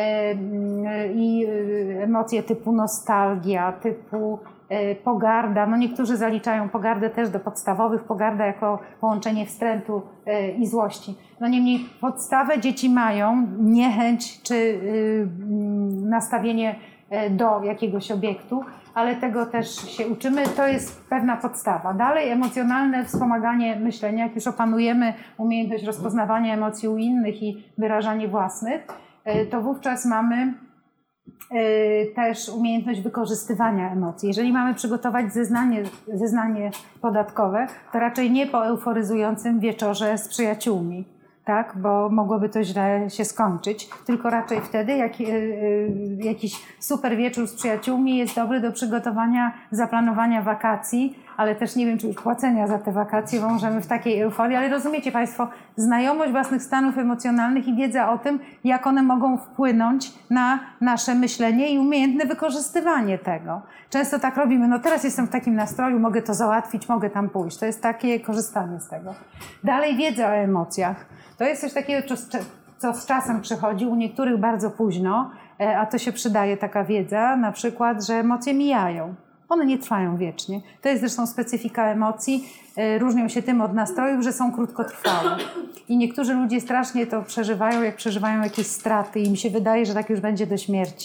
i emocje typu nostalgia, typu pogarda. No niektórzy zaliczają pogardę też do podstawowych, pogarda jako połączenie wstrętu i złości. No niemniej podstawę dzieci mają, niechęć czy nastawienie do jakiegoś obiektu, ale tego też się uczymy, to jest pewna podstawa. Dalej emocjonalne wspomaganie myślenia, jak już opanujemy umiejętność rozpoznawania emocji u innych i wyrażanie własnych, to wówczas mamy też umiejętność wykorzystywania emocji. Jeżeli mamy przygotować zeznanie podatkowe, to raczej nie po euforyzującym wieczorze z przyjaciółmi, tak? Bo mogłoby to źle się skończyć, tylko raczej wtedy, jak jakiś super wieczór z przyjaciółmi jest dobry do przygotowania, zaplanowania wakacji, ale też nie wiem, czy już płacenia za te wakacje, bo możemy w takiej euforii, ale rozumiecie Państwo, znajomość własnych stanów emocjonalnych i wiedza o tym, jak one mogą wpłynąć na nasze myślenie i umiejętne wykorzystywanie tego. Często tak robimy, no teraz jestem w takim nastroju, mogę to załatwić, mogę tam pójść. To jest takie korzystanie z tego. Dalej wiedza o emocjach. To jest coś takiego, co z czasem przychodzi, u niektórych bardzo późno, a to się przydaje taka wiedza, na przykład, że emocje mijają. One nie trwają wiecznie. To jest zresztą specyfika emocji. Różnią się tym od nastrojów, że są krótkotrwałe. I niektórzy ludzie strasznie to przeżywają, jak przeżywają jakieś straty. Im się wydaje, że tak już będzie do śmierci.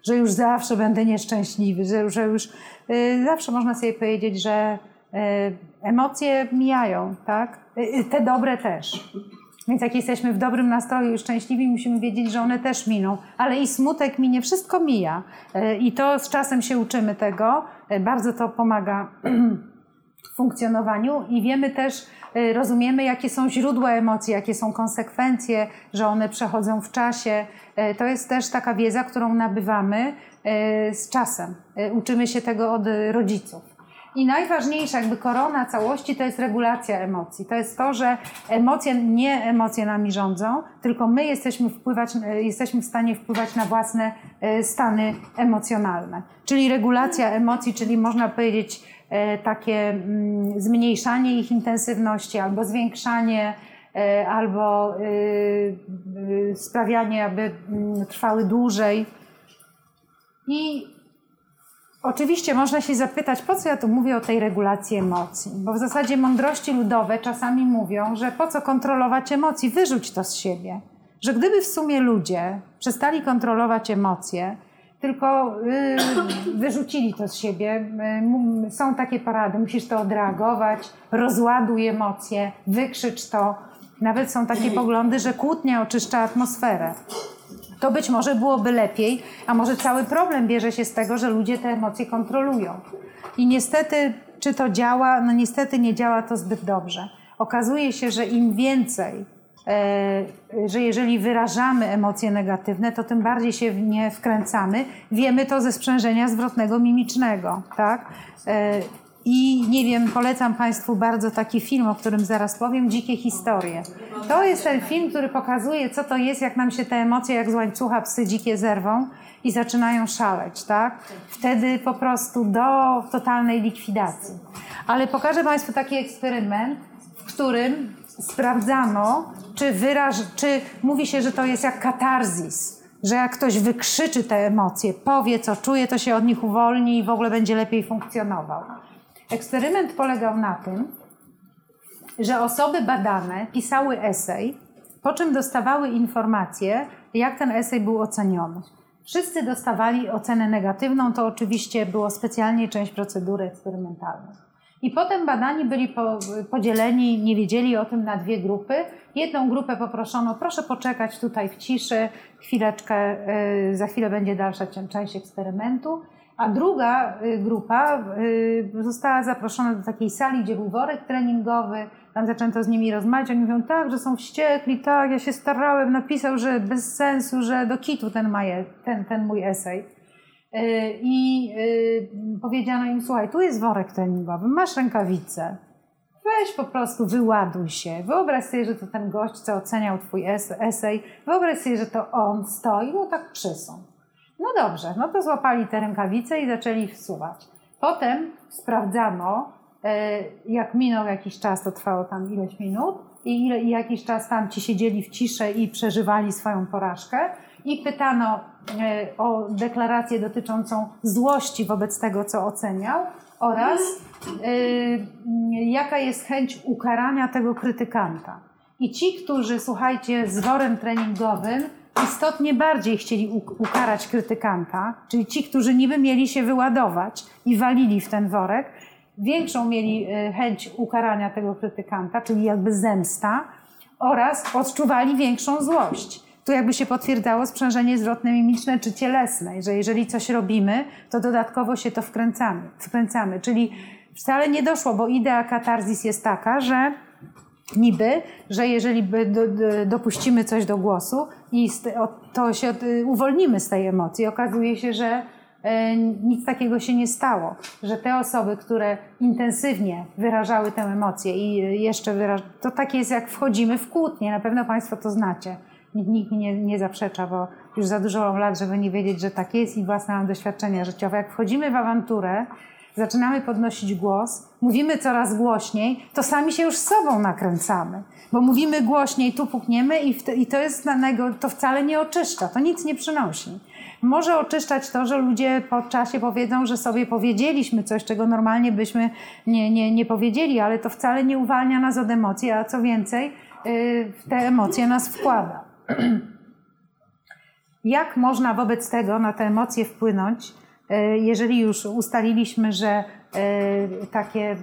że już zawsze będę nieszczęśliwy, że już zawsze można sobie powiedzieć, że emocje mijają, tak? Te dobre też. Więc jak jesteśmy w dobrym nastroju i szczęśliwi, musimy wiedzieć, że one też miną. Ale i smutek minie, wszystko mija. I to z czasem się uczymy tego. Bardzo to pomaga w funkcjonowaniu i wiemy też, rozumiemy, jakie są źródła emocji, jakie są konsekwencje, że one przechodzą w czasie. To jest też taka wiedza, którą nabywamy z czasem. Uczymy się tego od rodziców. I najważniejsza jakby korona całości to jest regulacja emocji. To jest to, że nie emocje nami rządzą, tylko my jesteśmy w stanie wpływać na własne stany emocjonalne. Czyli regulacja emocji, czyli można powiedzieć takie zmniejszanie ich intensywności albo zwiększanie, albo sprawianie, aby trwały dłużej. I oczywiście można się zapytać, po co ja tu mówię o tej regulacji emocji? Bo w zasadzie mądrości ludowe czasami mówią, że po co kontrolować emocji, wyrzuć to z siebie. Że gdyby w sumie ludzie przestali kontrolować emocje, tylko wyrzucili to z siebie, są takie porady, musisz to odreagować, rozładuj emocje, wykrzycz to. Nawet są takie poglądy, że kłótnia oczyszcza atmosferę. To być może byłoby lepiej, a może cały problem bierze się z tego, że ludzie te emocje kontrolują. I niestety, czy to działa? No niestety nie działa to zbyt dobrze. Okazuje się, że im więcej, że jeżeli wyrażamy emocje negatywne, to tym bardziej się w nie wkręcamy. Wiemy to ze sprzężenia zwrotnego mimicznego, tak? I nie wiem, polecam Państwu bardzo taki film, o którym zaraz powiem, Dzikie historie. To jest ten film, który pokazuje, co to jest, jak nam się te emocje, jak z łańcucha psy dzikie zerwą i zaczynają szaleć, tak? Wtedy po prostu do totalnej likwidacji. Ale pokażę Państwu taki eksperyment, w którym sprawdzano, czy mówi się, że to jest jak katarzis, że jak ktoś wykrzyczy te emocje, powie, co czuje, to się od nich uwolni i w ogóle będzie lepiej funkcjonował. Eksperyment polegał na tym, że osoby badane pisały esej, po czym dostawały informację, jak ten esej był oceniony. Wszyscy dostawali ocenę negatywną, to oczywiście było specjalnie część procedury eksperymentalnej. I potem badani byli podzieleni, nie wiedzieli o tym, na dwie grupy. Jedną grupę poproszono, proszę poczekać tutaj w ciszy, chwileczkę, za chwilę będzie dalsza część eksperymentu. A druga grupa została zaproszona do takiej sali, gdzie był worek treningowy, tam zaczęto z nimi rozmawiać, oni mówią, tak, że są wściekli, tak, ja się starałem, napisał, że bez sensu, że do kitu ten mój esej. I powiedziano im, słuchaj, tu jest worek treningowy, masz rękawice, weź po prostu wyładuj się, wyobraź sobie, że to ten gość, co oceniał twój esej, wyobraź sobie, że to on stoi, no tak przysą. No dobrze, no to złapali te rękawice i zaczęli wsuwać. Potem sprawdzano, jak minął jakiś czas, to trwało tam ileś minut i jakiś czas tam ci siedzieli w ciszy i przeżywali swoją porażkę i pytano o deklarację dotyczącą złości wobec tego, co oceniał oraz jaka jest chęć ukarania tego krytykanta. I ci, którzy, słuchajcie, z worem treningowym istotnie bardziej chcieli ukarać krytykanta, czyli ci, którzy niby mieli się wyładować i walili w ten worek, większą mieli chęć ukarania tego krytykanta, czyli jakby zemsta, oraz odczuwali większą złość. Tu jakby się potwierdzało sprzężenie zwrotne mimiczne czy cielesne, że jeżeli coś robimy, to dodatkowo się to wkręcamy. Czyli wcale nie doszło, bo idea katarzis jest taka, że jeżeli dopuścimy coś do głosu i to się uwolnimy z tej emocji. Okazuje się, że nic takiego się nie stało, że te osoby, które intensywnie wyrażały tę emocję i jeszcze to tak jest, jak wchodzimy w kłótnię, na pewno Państwo to znacie. Nikt mi nie zaprzecza, bo już za dużo mam lat, żeby nie wiedzieć, że tak jest i własne mam doświadczenia życiowe. Jak wchodzimy w awanturę, zaczynamy podnosić głos, mówimy coraz głośniej, to sami się już z sobą nakręcamy. Bo mówimy głośniej, tu pukniemy i to jest to wcale nie oczyszcza, to nic nie przynosi. Może oczyszczać to, że ludzie po czasie powiedzą, że sobie powiedzieliśmy coś, czego normalnie byśmy nie powiedzieli, ale to wcale nie uwalnia nas od emocji, a co więcej, w te emocje nas wkłada. jak można wobec tego na te emocje wpłynąć, jeżeli już ustaliliśmy, że takie...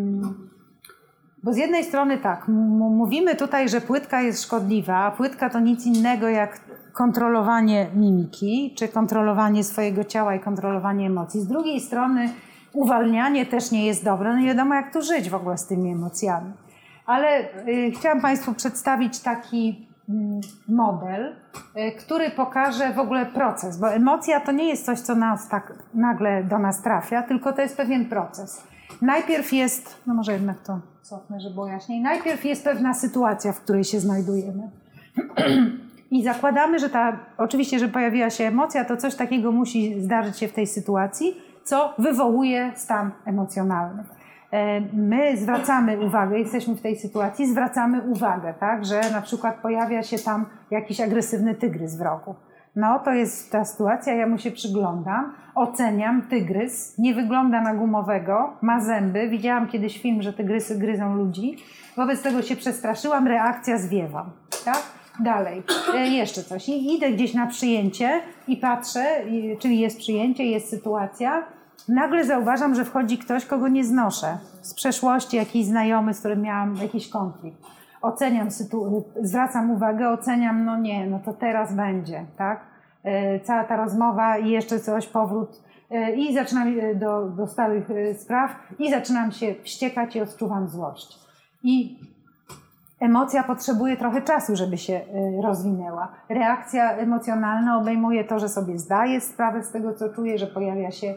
Bo z jednej strony tak, mówimy tutaj, że płytka jest szkodliwa, a płytka to nic innego jak kontrolowanie mimiki, czy kontrolowanie swojego ciała i kontrolowanie emocji. Z drugiej strony uwalnianie też nie jest dobre, no nie wiadomo jak tu żyć w ogóle z tymi emocjami. Ale chciałam Państwu przedstawić taki model, który pokaże w ogóle proces, bo emocja to nie jest coś, co nas tak nagle do nas trafia, tylko to jest pewien proces. Najpierw jest, no może jednak to cofnę, żeby było jaśniej, najpierw jest pewna sytuacja, w której się znajdujemy. I zakładamy, że oczywiście, że pojawiła się emocja, to coś takiego musi zdarzyć się w tej sytuacji, co wywołuje stan emocjonalny. My zwracamy uwagę, jesteśmy w tej sytuacji, zwracamy uwagę, tak, że na przykład pojawia się tam jakiś agresywny tygrys w rogu. No to jest ta sytuacja, ja mu się przyglądam, oceniam, tygrys, nie wygląda na gumowego, ma zęby, widziałam kiedyś film, że tygrysy gryzą ludzi, wobec tego się przestraszyłam, reakcja zwiewam, tak? Dalej, jeszcze coś. I idę gdzieś na przyjęcie i patrzę, czyli jest przyjęcie, jest sytuacja. Nagle zauważam, że wchodzi ktoś, kogo nie znoszę. Z przeszłości jakiś znajomy, z którym miałam jakiś konflikt. Oceniam zwracam uwagę, oceniam, no nie, no to teraz będzie, tak? Cała ta rozmowa i jeszcze coś, powrót. I zaczynam do stałych spraw i zaczynam się wściekać i odczuwam złość. I emocja potrzebuje trochę czasu, żeby się rozwinęła. Reakcja emocjonalna obejmuje to, że sobie zdaję sprawę z tego, co czuję, że pojawia się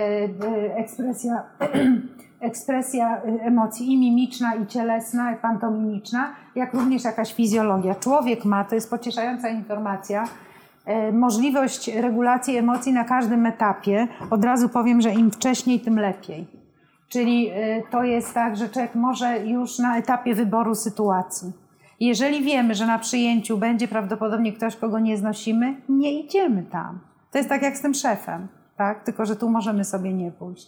ekspresja emocji i mimiczna, i cielesna, i pantomimiczna, jak również jakaś fizjologia. Człowiek ma, to jest pocieszająca informacja, możliwość regulacji emocji na każdym etapie. Od razu powiem, że im wcześniej, tym lepiej. Czyli to jest tak, że człowiek może już na etapie wyboru sytuacji. Jeżeli wiemy, że na przyjęciu będzie prawdopodobnie ktoś, kogo nie znosimy, nie idziemy tam. To jest tak jak z tym szefem, tak? Tylko że tu możemy sobie nie pójść.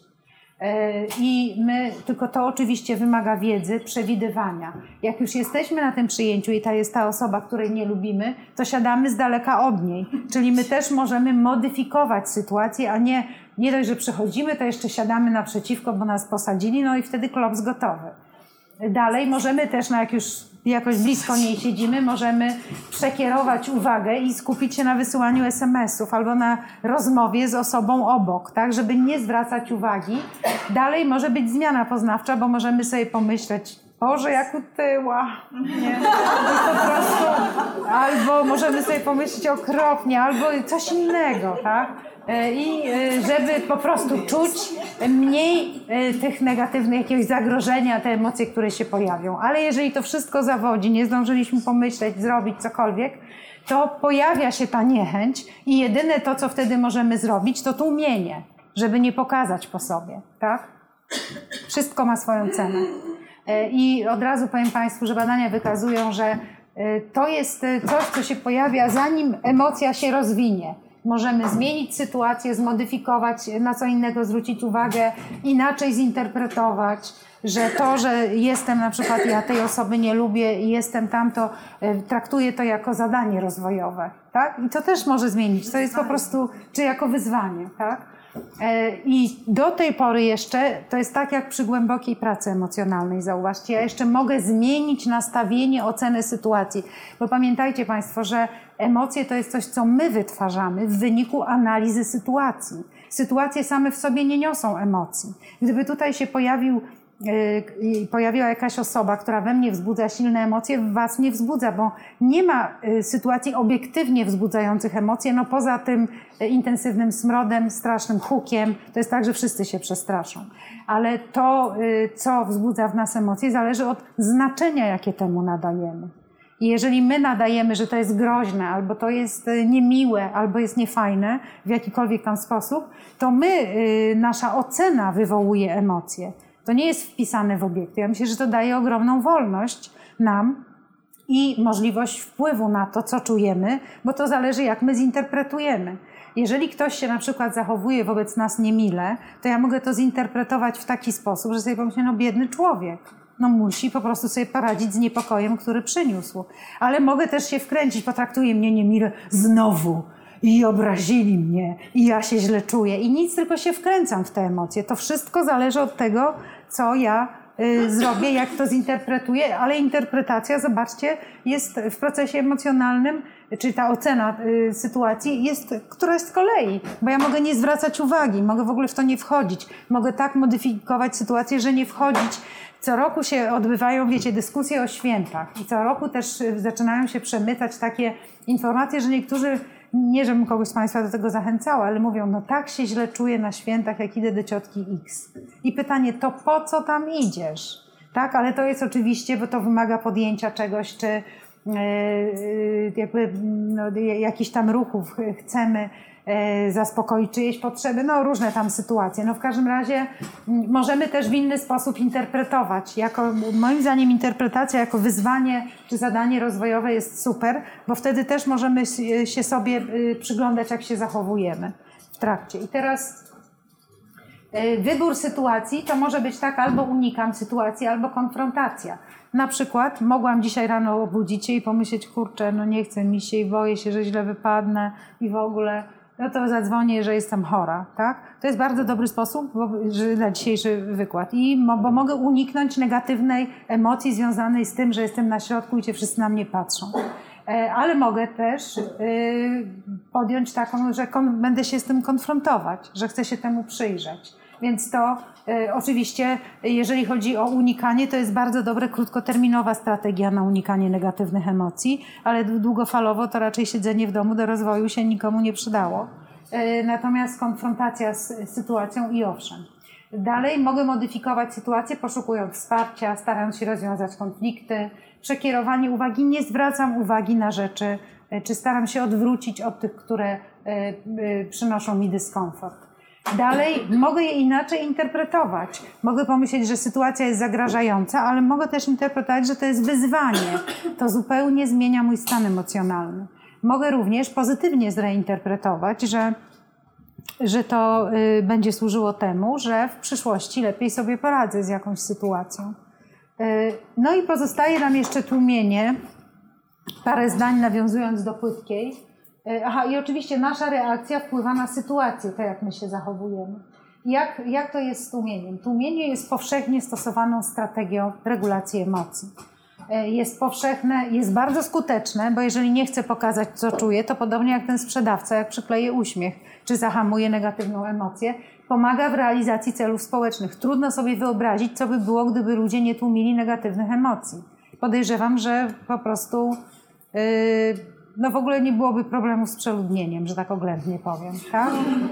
Tylko to oczywiście wymaga wiedzy, przewidywania. Jak już jesteśmy na tym przyjęciu i jest ta osoba, której nie lubimy, to siadamy z daleka od niej. Czyli my też możemy modyfikować sytuację, a nie dość, że przychodzimy, to jeszcze siadamy naprzeciwko, bo nas posadzili, no i wtedy klops gotowy. Dalej możemy też, jak już jakoś blisko niej siedzimy, możemy przekierować uwagę i skupić się na wysyłaniu SMS-ów albo na rozmowie z osobą obok, tak, żeby nie zwracać uwagi. Dalej może być zmiana poznawcza, bo możemy sobie pomyśleć, Boże, jak utyła, nie? Po prostu, albo możemy sobie pomyśleć okropnie, albo coś innego, tak? I żeby po prostu czuć mniej tych negatywnych jakiegoś zagrożenia, te emocje, które się pojawią. Ale jeżeli to wszystko zawodzi, nie zdążyliśmy pomyśleć, zrobić cokolwiek, to pojawia się ta niechęć i jedyne to, co wtedy możemy zrobić, to tłumienie, żeby nie pokazać po sobie, tak? Wszystko ma swoją cenę. I od razu powiem Państwu, że badania wykazują, że to jest coś, co się pojawia zanim emocja się rozwinie. Możemy zmienić sytuację, zmodyfikować, na co innego zwrócić uwagę, inaczej zinterpretować, że to, że jestem na przykład, ja tej osoby nie lubię i jestem tam, to traktuję to jako zadanie rozwojowe, tak? I to też może zmienić, to jest po prostu, czy jako wyzwanie, tak? I do tej pory jeszcze, to jest tak jak przy głębokiej pracy emocjonalnej, zauważcie, ja jeszcze mogę zmienić nastawienie, ocenę sytuacji, bo pamiętajcie Państwo, że emocje to jest coś, co my wytwarzamy w wyniku analizy sytuacji. Sytuacje same w sobie nie niosą emocji. Gdyby tutaj się pojawiła jakaś osoba, która we mnie wzbudza silne emocje, w Was nie wzbudza, bo nie ma sytuacji obiektywnie wzbudzających emocje, no poza tym intensywnym smrodem, strasznym hukiem, to jest tak, że wszyscy się przestraszą. Ale to, co wzbudza w nas emocje, zależy od znaczenia, jakie temu nadajemy. I jeżeli my nadajemy, że to jest groźne, albo to jest niemiłe, albo jest niefajne w jakikolwiek tam sposób, to nasza ocena wywołuje emocje. To nie jest wpisane w obiekty. Ja myślę, że to daje ogromną wolność nam i możliwość wpływu na to, co czujemy, bo to zależy, jak my zinterpretujemy. Jeżeli ktoś się na przykład zachowuje wobec nas niemile, to ja mogę to zinterpretować w taki sposób, że sobie pomyślę, no biedny człowiek. No musi po prostu sobie poradzić z niepokojem, który przyniósł. Ale mogę też się wkręcić, potraktuje mnie niemile znowu. i obrazili mnie i ja się źle czuję i nic, tylko się wkręcam w te emocje. To wszystko zależy od tego, co ja zrobię, jak to zinterpretuję, ale interpretacja, zobaczcie, jest w procesie emocjonalnym, czy ta ocena sytuacji jest któraś z kolei, bo ja mogę nie zwracać uwagi, mogę w ogóle w to nie wchodzić, mogę tak modyfikować sytuację, że nie wchodzić. Co roku się odbywają, wiecie, dyskusje o świętach i co roku też zaczynają się przemycać takie informacje, że niektórzy, nie żebym kogoś z Państwa do tego zachęcała, ale mówią, no tak się źle czuję na świętach, jak idę do ciotki X. I pytanie, to po co tam idziesz? Tak, ale to jest oczywiście, bo to wymaga podjęcia czegoś, czy jakby jakichś tam ruchów chcemy zaspokoić czyjeś potrzeby, no różne tam sytuacje. No w każdym razie możemy też w inny sposób interpretować. Moim zdaniem interpretacja jako wyzwanie czy zadanie rozwojowe jest super, bo wtedy też możemy się sobie przyglądać, jak się zachowujemy w trakcie. I teraz wybór sytuacji to może być tak, albo unikam sytuacji, albo konfrontacja. Na przykład mogłam dzisiaj rano obudzić się i pomyśleć, kurczę, no nie chce mi się i boję się, że źle wypadnę i w ogóle, no to zadzwonię, że jestem chora, tak? To jest bardzo dobry sposób na dzisiejszy wykład. Bo mogę uniknąć negatywnej emocji związanej z tym, że jestem na środku i cię wszyscy na mnie patrzą. Ale mogę też podjąć taką, że będę się z tym konfrontować, że chcę się temu przyjrzeć. Więc to oczywiście, jeżeli chodzi o unikanie, to jest bardzo dobra, krótkoterminowa strategia na unikanie negatywnych emocji, ale długofalowo to raczej siedzenie w domu do rozwoju się nikomu nie przydało. Natomiast konfrontacja z sytuacją i owszem. Dalej mogę modyfikować sytuację, poszukując wsparcia, starając się rozwiązać konflikty, przekierowanie uwagi, nie zwracam uwagi na rzeczy, czy staram się odwrócić od tych, które przynoszą mi dyskomfort. Dalej mogę je inaczej interpretować. Mogę pomyśleć, że sytuacja jest zagrażająca, ale mogę też interpretować, że to jest wyzwanie. To zupełnie zmienia mój stan emocjonalny. Mogę również pozytywnie zreinterpretować, że to będzie służyło temu, że w przyszłości lepiej sobie poradzę z jakąś sytuacją. No i pozostaje nam jeszcze tłumienie, parę zdań nawiązując do płytkiej. Aha, i oczywiście nasza reakcja wpływa na sytuację, to jak my się zachowujemy. Jak to jest z tłumieniem? Tłumienie jest powszechnie stosowaną strategią regulacji emocji. Jest powszechne, jest bardzo skuteczne, bo jeżeli nie chcę pokazać, co czuję, to podobnie jak ten sprzedawca, jak przykleje uśmiech, czy zahamuje negatywną emocję, pomaga w realizacji celów społecznych. Trudno sobie wyobrazić, co by było, gdyby ludzie nie tłumili negatywnych emocji. Podejrzewam, że po prostu no w ogóle nie byłoby problemu z przeludnieniem, że tak oględnie powiem, tak?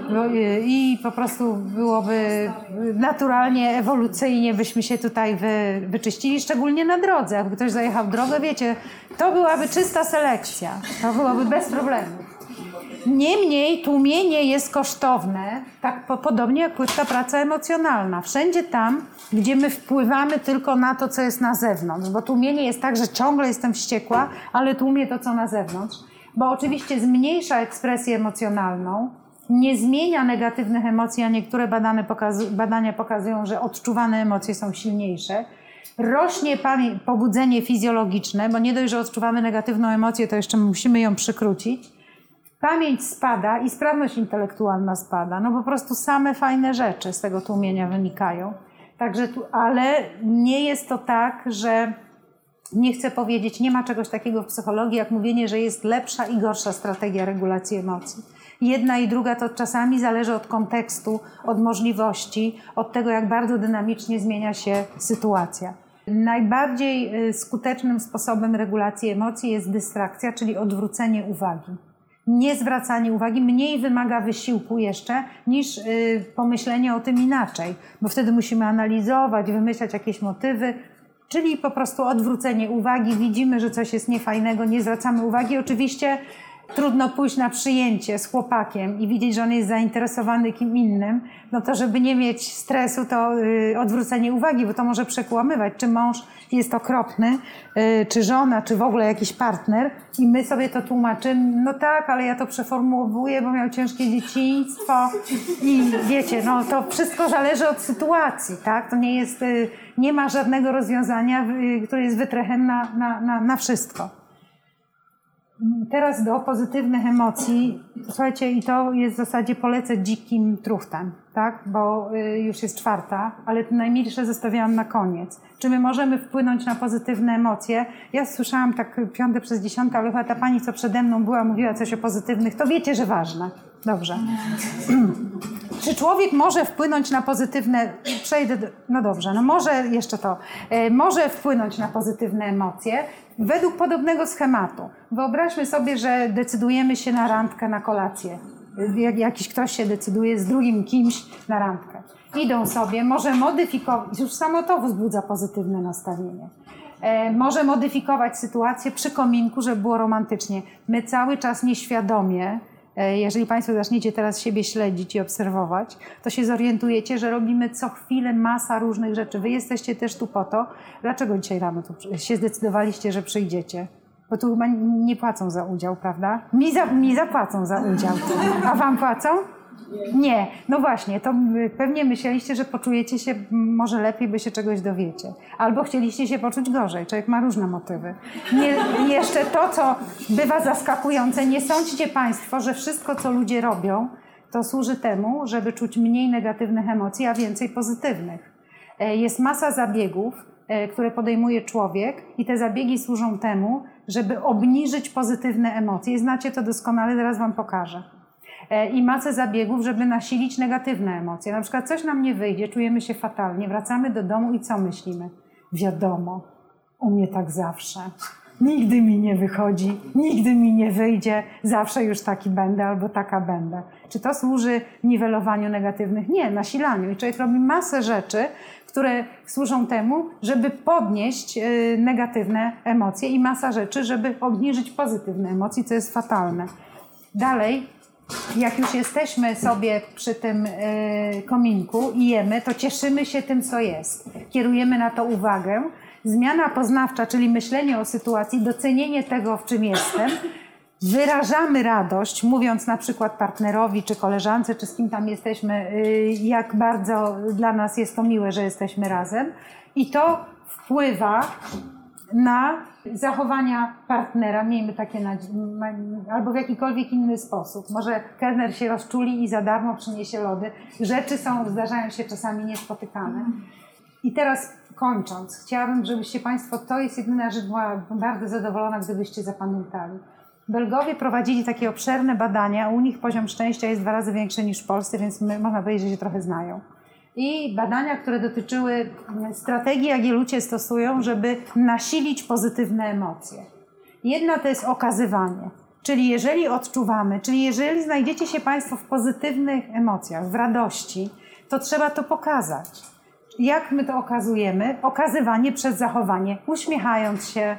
I po prostu byłoby naturalnie, ewolucyjnie byśmy się tutaj wyczyścili, szczególnie na drodze. Jakby ktoś zajechał drogę, wiecie, to byłaby czysta selekcja, to byłoby bez problemu. Niemniej tłumienie jest kosztowne, tak podobnie jak płytka praca emocjonalna. Wszędzie tam, gdzie my wpływamy tylko na to, co jest na zewnątrz, bo tłumienie jest tak, że ciągle jestem wściekła, ale tłumię to, co na zewnątrz, bo oczywiście zmniejsza ekspresję emocjonalną, nie zmienia negatywnych emocji, a niektóre badania pokazują, że odczuwane emocje są silniejsze. Rośnie pobudzenie fizjologiczne, bo nie dość, że odczuwamy negatywną emocję, to jeszcze musimy ją przykrócić. Pamięć spada i sprawność intelektualna spada. No po prostu same fajne rzeczy z tego tłumienia wynikają. Także ale nie jest to tak, że nie chcę powiedzieć, nie ma czegoś takiego w psychologii, jak mówienie, że jest lepsza i gorsza strategia regulacji emocji. Jedna i druga to czasami zależy od kontekstu, od możliwości, od tego, jak bardzo dynamicznie zmienia się sytuacja. Najbardziej skutecznym sposobem regulacji emocji jest dystrakcja, czyli odwrócenie uwagi. Nie zwracanie uwagi mniej wymaga wysiłku jeszcze niż pomyślenie o tym inaczej, bo wtedy musimy analizować, wymyślać jakieś motywy, czyli po prostu odwrócenie uwagi, widzimy, że coś jest niefajnego, nie zwracamy uwagi. Oczywiście trudno pójść na przyjęcie z chłopakiem i widzieć, że on jest zainteresowany kim innym, no to żeby nie mieć stresu, to odwrócenie uwagi, bo to może przekłamywać, czy mąż jest okropny, czy żona, czy w ogóle jakiś partner i my sobie to tłumaczymy, no tak, ale ja to przeformułuję, bo miał ciężkie dzieciństwo i wiecie, no to wszystko zależy od sytuacji, tak? To nie jest, nie ma żadnego rozwiązania, które jest wytrechem na wszystko. Teraz do pozytywnych emocji, słuchajcie, i to jest w zasadzie polecę dzikim truchtem, tak? Bo już jest 4, ale te najmilsze zostawiałam na koniec. Czy my możemy wpłynąć na pozytywne emocje? Ja słyszałam tak 5 przez 10, ale chyba ta pani, co przede mną była, mówiła coś o pozytywnych, to wiecie, że ważne. Dobrze. Czy człowiek może wpłynąć na pozytywne... No dobrze, no może jeszcze to. Może wpłynąć na pozytywne emocje według podobnego schematu. Wyobraźmy sobie, że decydujemy się na randkę, na kolację. Jakiś ktoś się decyduje z drugim kimś na randkę. Idą sobie, może modyfikować... Już samo to wzbudza pozytywne nastawienie. Może modyfikować sytuację przy kominku, żeby było romantycznie. My cały czas nieświadomie, jeżeli Państwo zaczniecie teraz siebie śledzić i obserwować, to się zorientujecie, że robimy co chwilę masa różnych rzeczy. Wy jesteście też tu po to. Dlaczego dzisiaj rano tu się zdecydowaliście, że przyjdziecie? Bo tu chyba nie płacą za udział, prawda? Mi zapłacą za udział. A Wam płacą? Nie. No właśnie, to pewnie myśleliście, że poczujecie się może lepiej, by się czegoś dowiecie. Albo chcieliście się poczuć gorzej. Człowiek ma różne motywy. Jeszcze to, co bywa zaskakujące, nie sądźcie Państwo, że wszystko, co ludzie robią, to służy temu, żeby czuć mniej negatywnych emocji, a więcej pozytywnych. Jest masa zabiegów, które podejmuje człowiek i te zabiegi służą temu, żeby obniżyć pozytywne emocje. Znacie to doskonale, zaraz Wam pokażę. I masę zabiegów, żeby nasilić negatywne emocje. Na przykład coś nam nie wyjdzie, czujemy się fatalnie, wracamy do domu i co myślimy? Wiadomo, u mnie tak zawsze. Nigdy mi nie wychodzi, nigdy mi nie wyjdzie, zawsze już taki będę albo taka będę. Czy to służy niwelowaniu negatywnych? Nie, nasilaniu. I człowiek robi masę rzeczy, które służą temu, żeby podnieść negatywne emocje i masa rzeczy, żeby obniżyć pozytywne emocje, co jest fatalne. Dalej, jak już jesteśmy sobie przy tym kominku i jemy, to cieszymy się tym, co jest. Kierujemy na to uwagę. Zmiana poznawcza, czyli myślenie o sytuacji, docenienie tego, w czym jestem. Wyrażamy radość, mówiąc na przykład partnerowi, czy koleżance, czy z kim tam jesteśmy, jak bardzo dla nas jest to miłe, że jesteśmy razem. I to wpływa na zachowania partnera, miejmy takie albo w jakikolwiek inny sposób. Może kelner się rozczuli i za darmo przyniesie lody. Rzeczy zdarzają się czasami niespotykane. I teraz kończąc, chciałabym, żebyście Państwo, to jest jedyna rzecz, była bardzo zadowolona, gdybyście zapamiętali. Belgowie prowadzili takie obszerne badania, u nich poziom szczęścia jest 2 razy większy niż w Polsce, więc można powiedzieć, że się trochę znają. I badania, które dotyczyły strategii, jakie ludzie stosują, żeby nasilić pozytywne emocje. Jedna to jest okazywanie, czyli jeżeli odczuwamy, czyli jeżeli znajdziecie się Państwo w pozytywnych emocjach, w radości, to trzeba to pokazać. Jak my to okazujemy? Okazywanie przez zachowanie, uśmiechając się,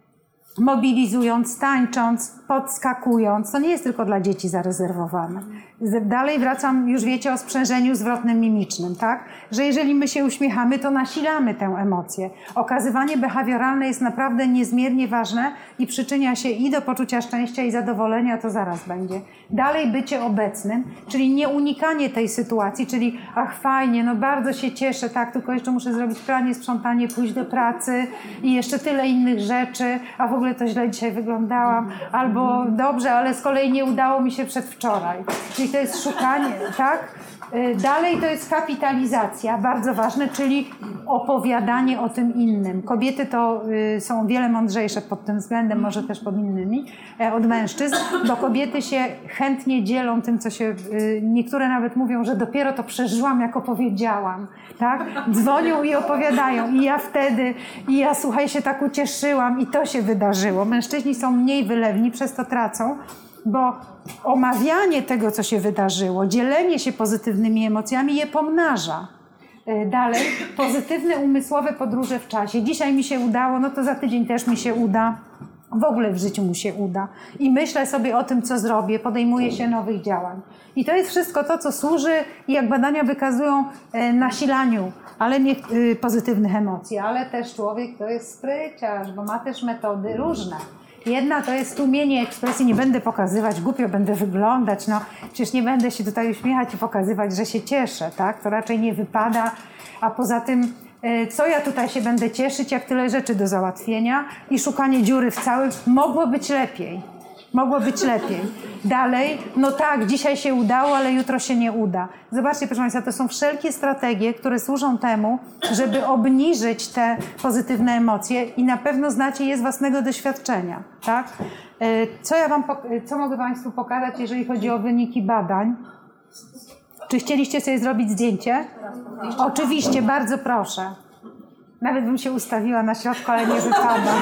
mobilizując, tańcząc, podskakując. To nie jest tylko dla dzieci zarezerwowane. Dalej wracam, już wiecie o sprzężeniu zwrotnym mimicznym, tak? Że jeżeli my się uśmiechamy, to nasilamy tę emocję. Okazywanie behawioralne jest naprawdę niezmiernie ważne i przyczynia się i do poczucia szczęścia i zadowolenia, to zaraz będzie. Dalej bycie obecnym, czyli nie unikanie tej sytuacji, czyli ach fajnie, no bardzo się cieszę, tak, tylko jeszcze muszę zrobić pranie, sprzątanie, pójść do pracy i jeszcze tyle innych rzeczy, a w ogóle to źle dzisiaj wyglądałam, albo dobrze, ale z kolei nie udało mi się przedwczoraj. Czyli to jest szukanie, tak? Dalej to jest kapitalizacja, bardzo ważne, czyli opowiadanie o tym innym. Kobiety to są o wiele mądrzejsze pod tym względem, może też pod innymi, od mężczyzn, bo kobiety się chętnie dzielą tym, co się... Niektóre nawet mówią, że dopiero to przeżyłam, jak opowiedziałam, tak? Dzwonią i opowiadają i ja słuchaj, się tak ucieszyłam i to się wydarzyło. Mężczyźni są mniej wylewni, przez to tracą, bo omawianie tego, co się wydarzyło, dzielenie się pozytywnymi emocjami je pomnaża. Dalej, pozytywne umysłowe podróże w czasie. Dzisiaj mi się udało, no to za tydzień też mi się uda. W ogóle w życiu mu się uda. I myślę sobie o tym, co zrobię, podejmuję się nowych działań. I to jest wszystko to, co służy, i jak badania wykazują, nasilaniu, ale nie pozytywnych emocji. Ale też człowiek to jest spryciarz, bo ma też metody różne. Jedna to jest tłumienie ekspresji, nie będę pokazywać, głupio będę wyglądać, no przecież nie będę się tutaj uśmiechać i pokazywać, że się cieszę, tak? To raczej nie wypada, a poza tym co ja tutaj się będę cieszyć, jak tyle rzeczy do załatwienia i szukanie dziury w całym, mogło być lepiej. Mogło być lepiej. Dalej, no tak, dzisiaj się udało, ale jutro się nie uda. Zobaczcie, proszę Państwa, to są wszelkie strategie, które służą temu, żeby obniżyć te pozytywne emocje i na pewno znacie je z własnego doświadczenia, tak? Co mogę Państwu pokazać, jeżeli chodzi o wyniki badań? Czy chcieliście sobie zrobić zdjęcie? Oczywiście, bardzo proszę. Nawet bym się ustawiła na środku, ale nie wypada.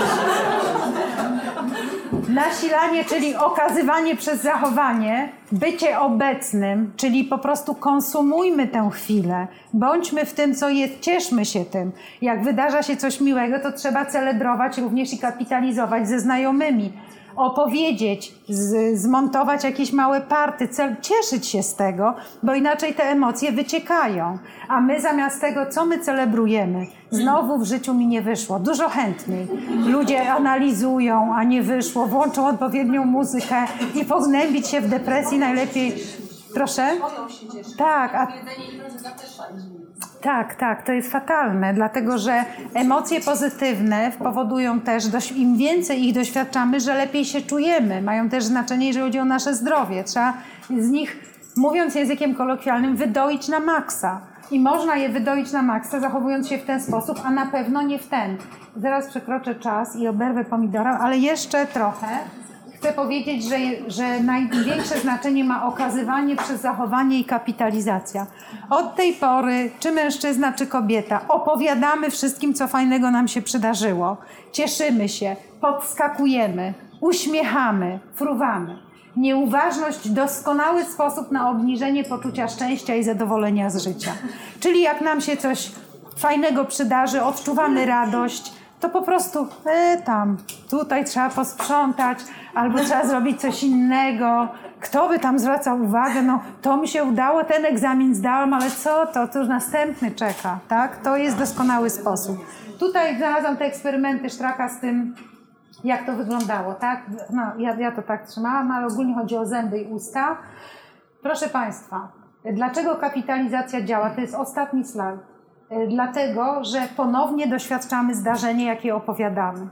Nasilanie, czyli okazywanie przez zachowanie, bycie obecnym, czyli po prostu konsumujmy tę chwilę, bądźmy w tym, co jest, cieszmy się tym. Jak wydarza się coś miłego, to trzeba celebrować również i kapitalizować ze znajomymi, opowiedzieć, zmontować jakieś małe party, cieszyć się z tego, bo inaczej te emocje wyciekają. A my zamiast tego, co my celebrujemy, znowu w życiu mi nie wyszło. Dużo chętniej. Ludzie analizują, a nie wyszło, włączą odpowiednią muzykę i pognębić się w depresji najlepiej. Proszę? Tak, tak, to jest fatalne, dlatego że emocje pozytywne powodują też, im więcej ich doświadczamy, że lepiej się czujemy. Mają też znaczenie, jeżeli chodzi o nasze zdrowie. Trzeba z nich, mówiąc językiem kolokwialnym, wydoić na maksa. I można je wydoić na maksa, zachowując się w ten sposób, a na pewno nie w ten. Zaraz przekroczę czas i oberwę pomidora, ale jeszcze trochę. Chcę powiedzieć, że największe znaczenie ma okazywanie przez zachowanie i kapitalizacja. Od tej pory, czy mężczyzna, czy kobieta, opowiadamy wszystkim, co fajnego nam się przydarzyło. Cieszymy się, podskakujemy, uśmiechamy, fruwamy. Nieuważność, doskonały sposób na obniżenie poczucia szczęścia i zadowolenia z życia. Czyli jak nam się coś fajnego przydarzy, odczuwamy radość, to po prostu tutaj trzeba posprzątać, albo trzeba zrobić coś innego. Kto by tam zwracał uwagę? No to mi się udało, ten egzamin zdałam, ale co to? To już następny czeka, tak? To jest doskonały sposób. Tutaj znalazłam te eksperymenty Sztraka z tym, jak to wyglądało, tak? No, ja to tak trzymałam, ale ogólnie chodzi o zęby i usta. Proszę Państwa, dlaczego kapitalizacja działa? To jest ostatni slajd. Dlatego, że ponownie doświadczamy zdarzenia, jakie opowiadamy.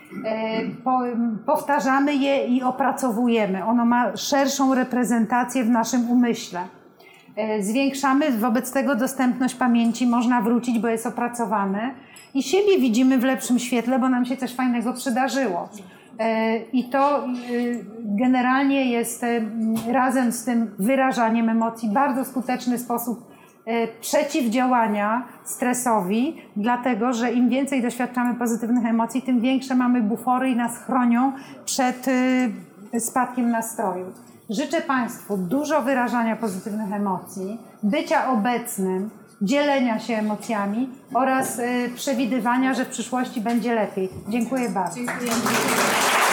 Powtarzamy je i opracowujemy. Ono ma szerszą reprezentację w naszym umyśle. Zwiększamy wobec tego dostępność pamięci, można wrócić, bo jest opracowane. I siebie widzimy w lepszym świetle, bo nam się coś fajnego przydarzyło. I to generalnie jest razem z tym wyrażaniem emocji bardzo skuteczny sposób przeciwdziałania stresowi, dlatego że im więcej doświadczamy pozytywnych emocji, tym większe mamy bufory i nas chronią przed spadkiem nastroju. Życzę Państwu dużo wyrażania pozytywnych emocji, bycia obecnym, dzielenia się emocjami oraz przewidywania, że w przyszłości będzie lepiej. Dziękuję bardzo. Dziękuję.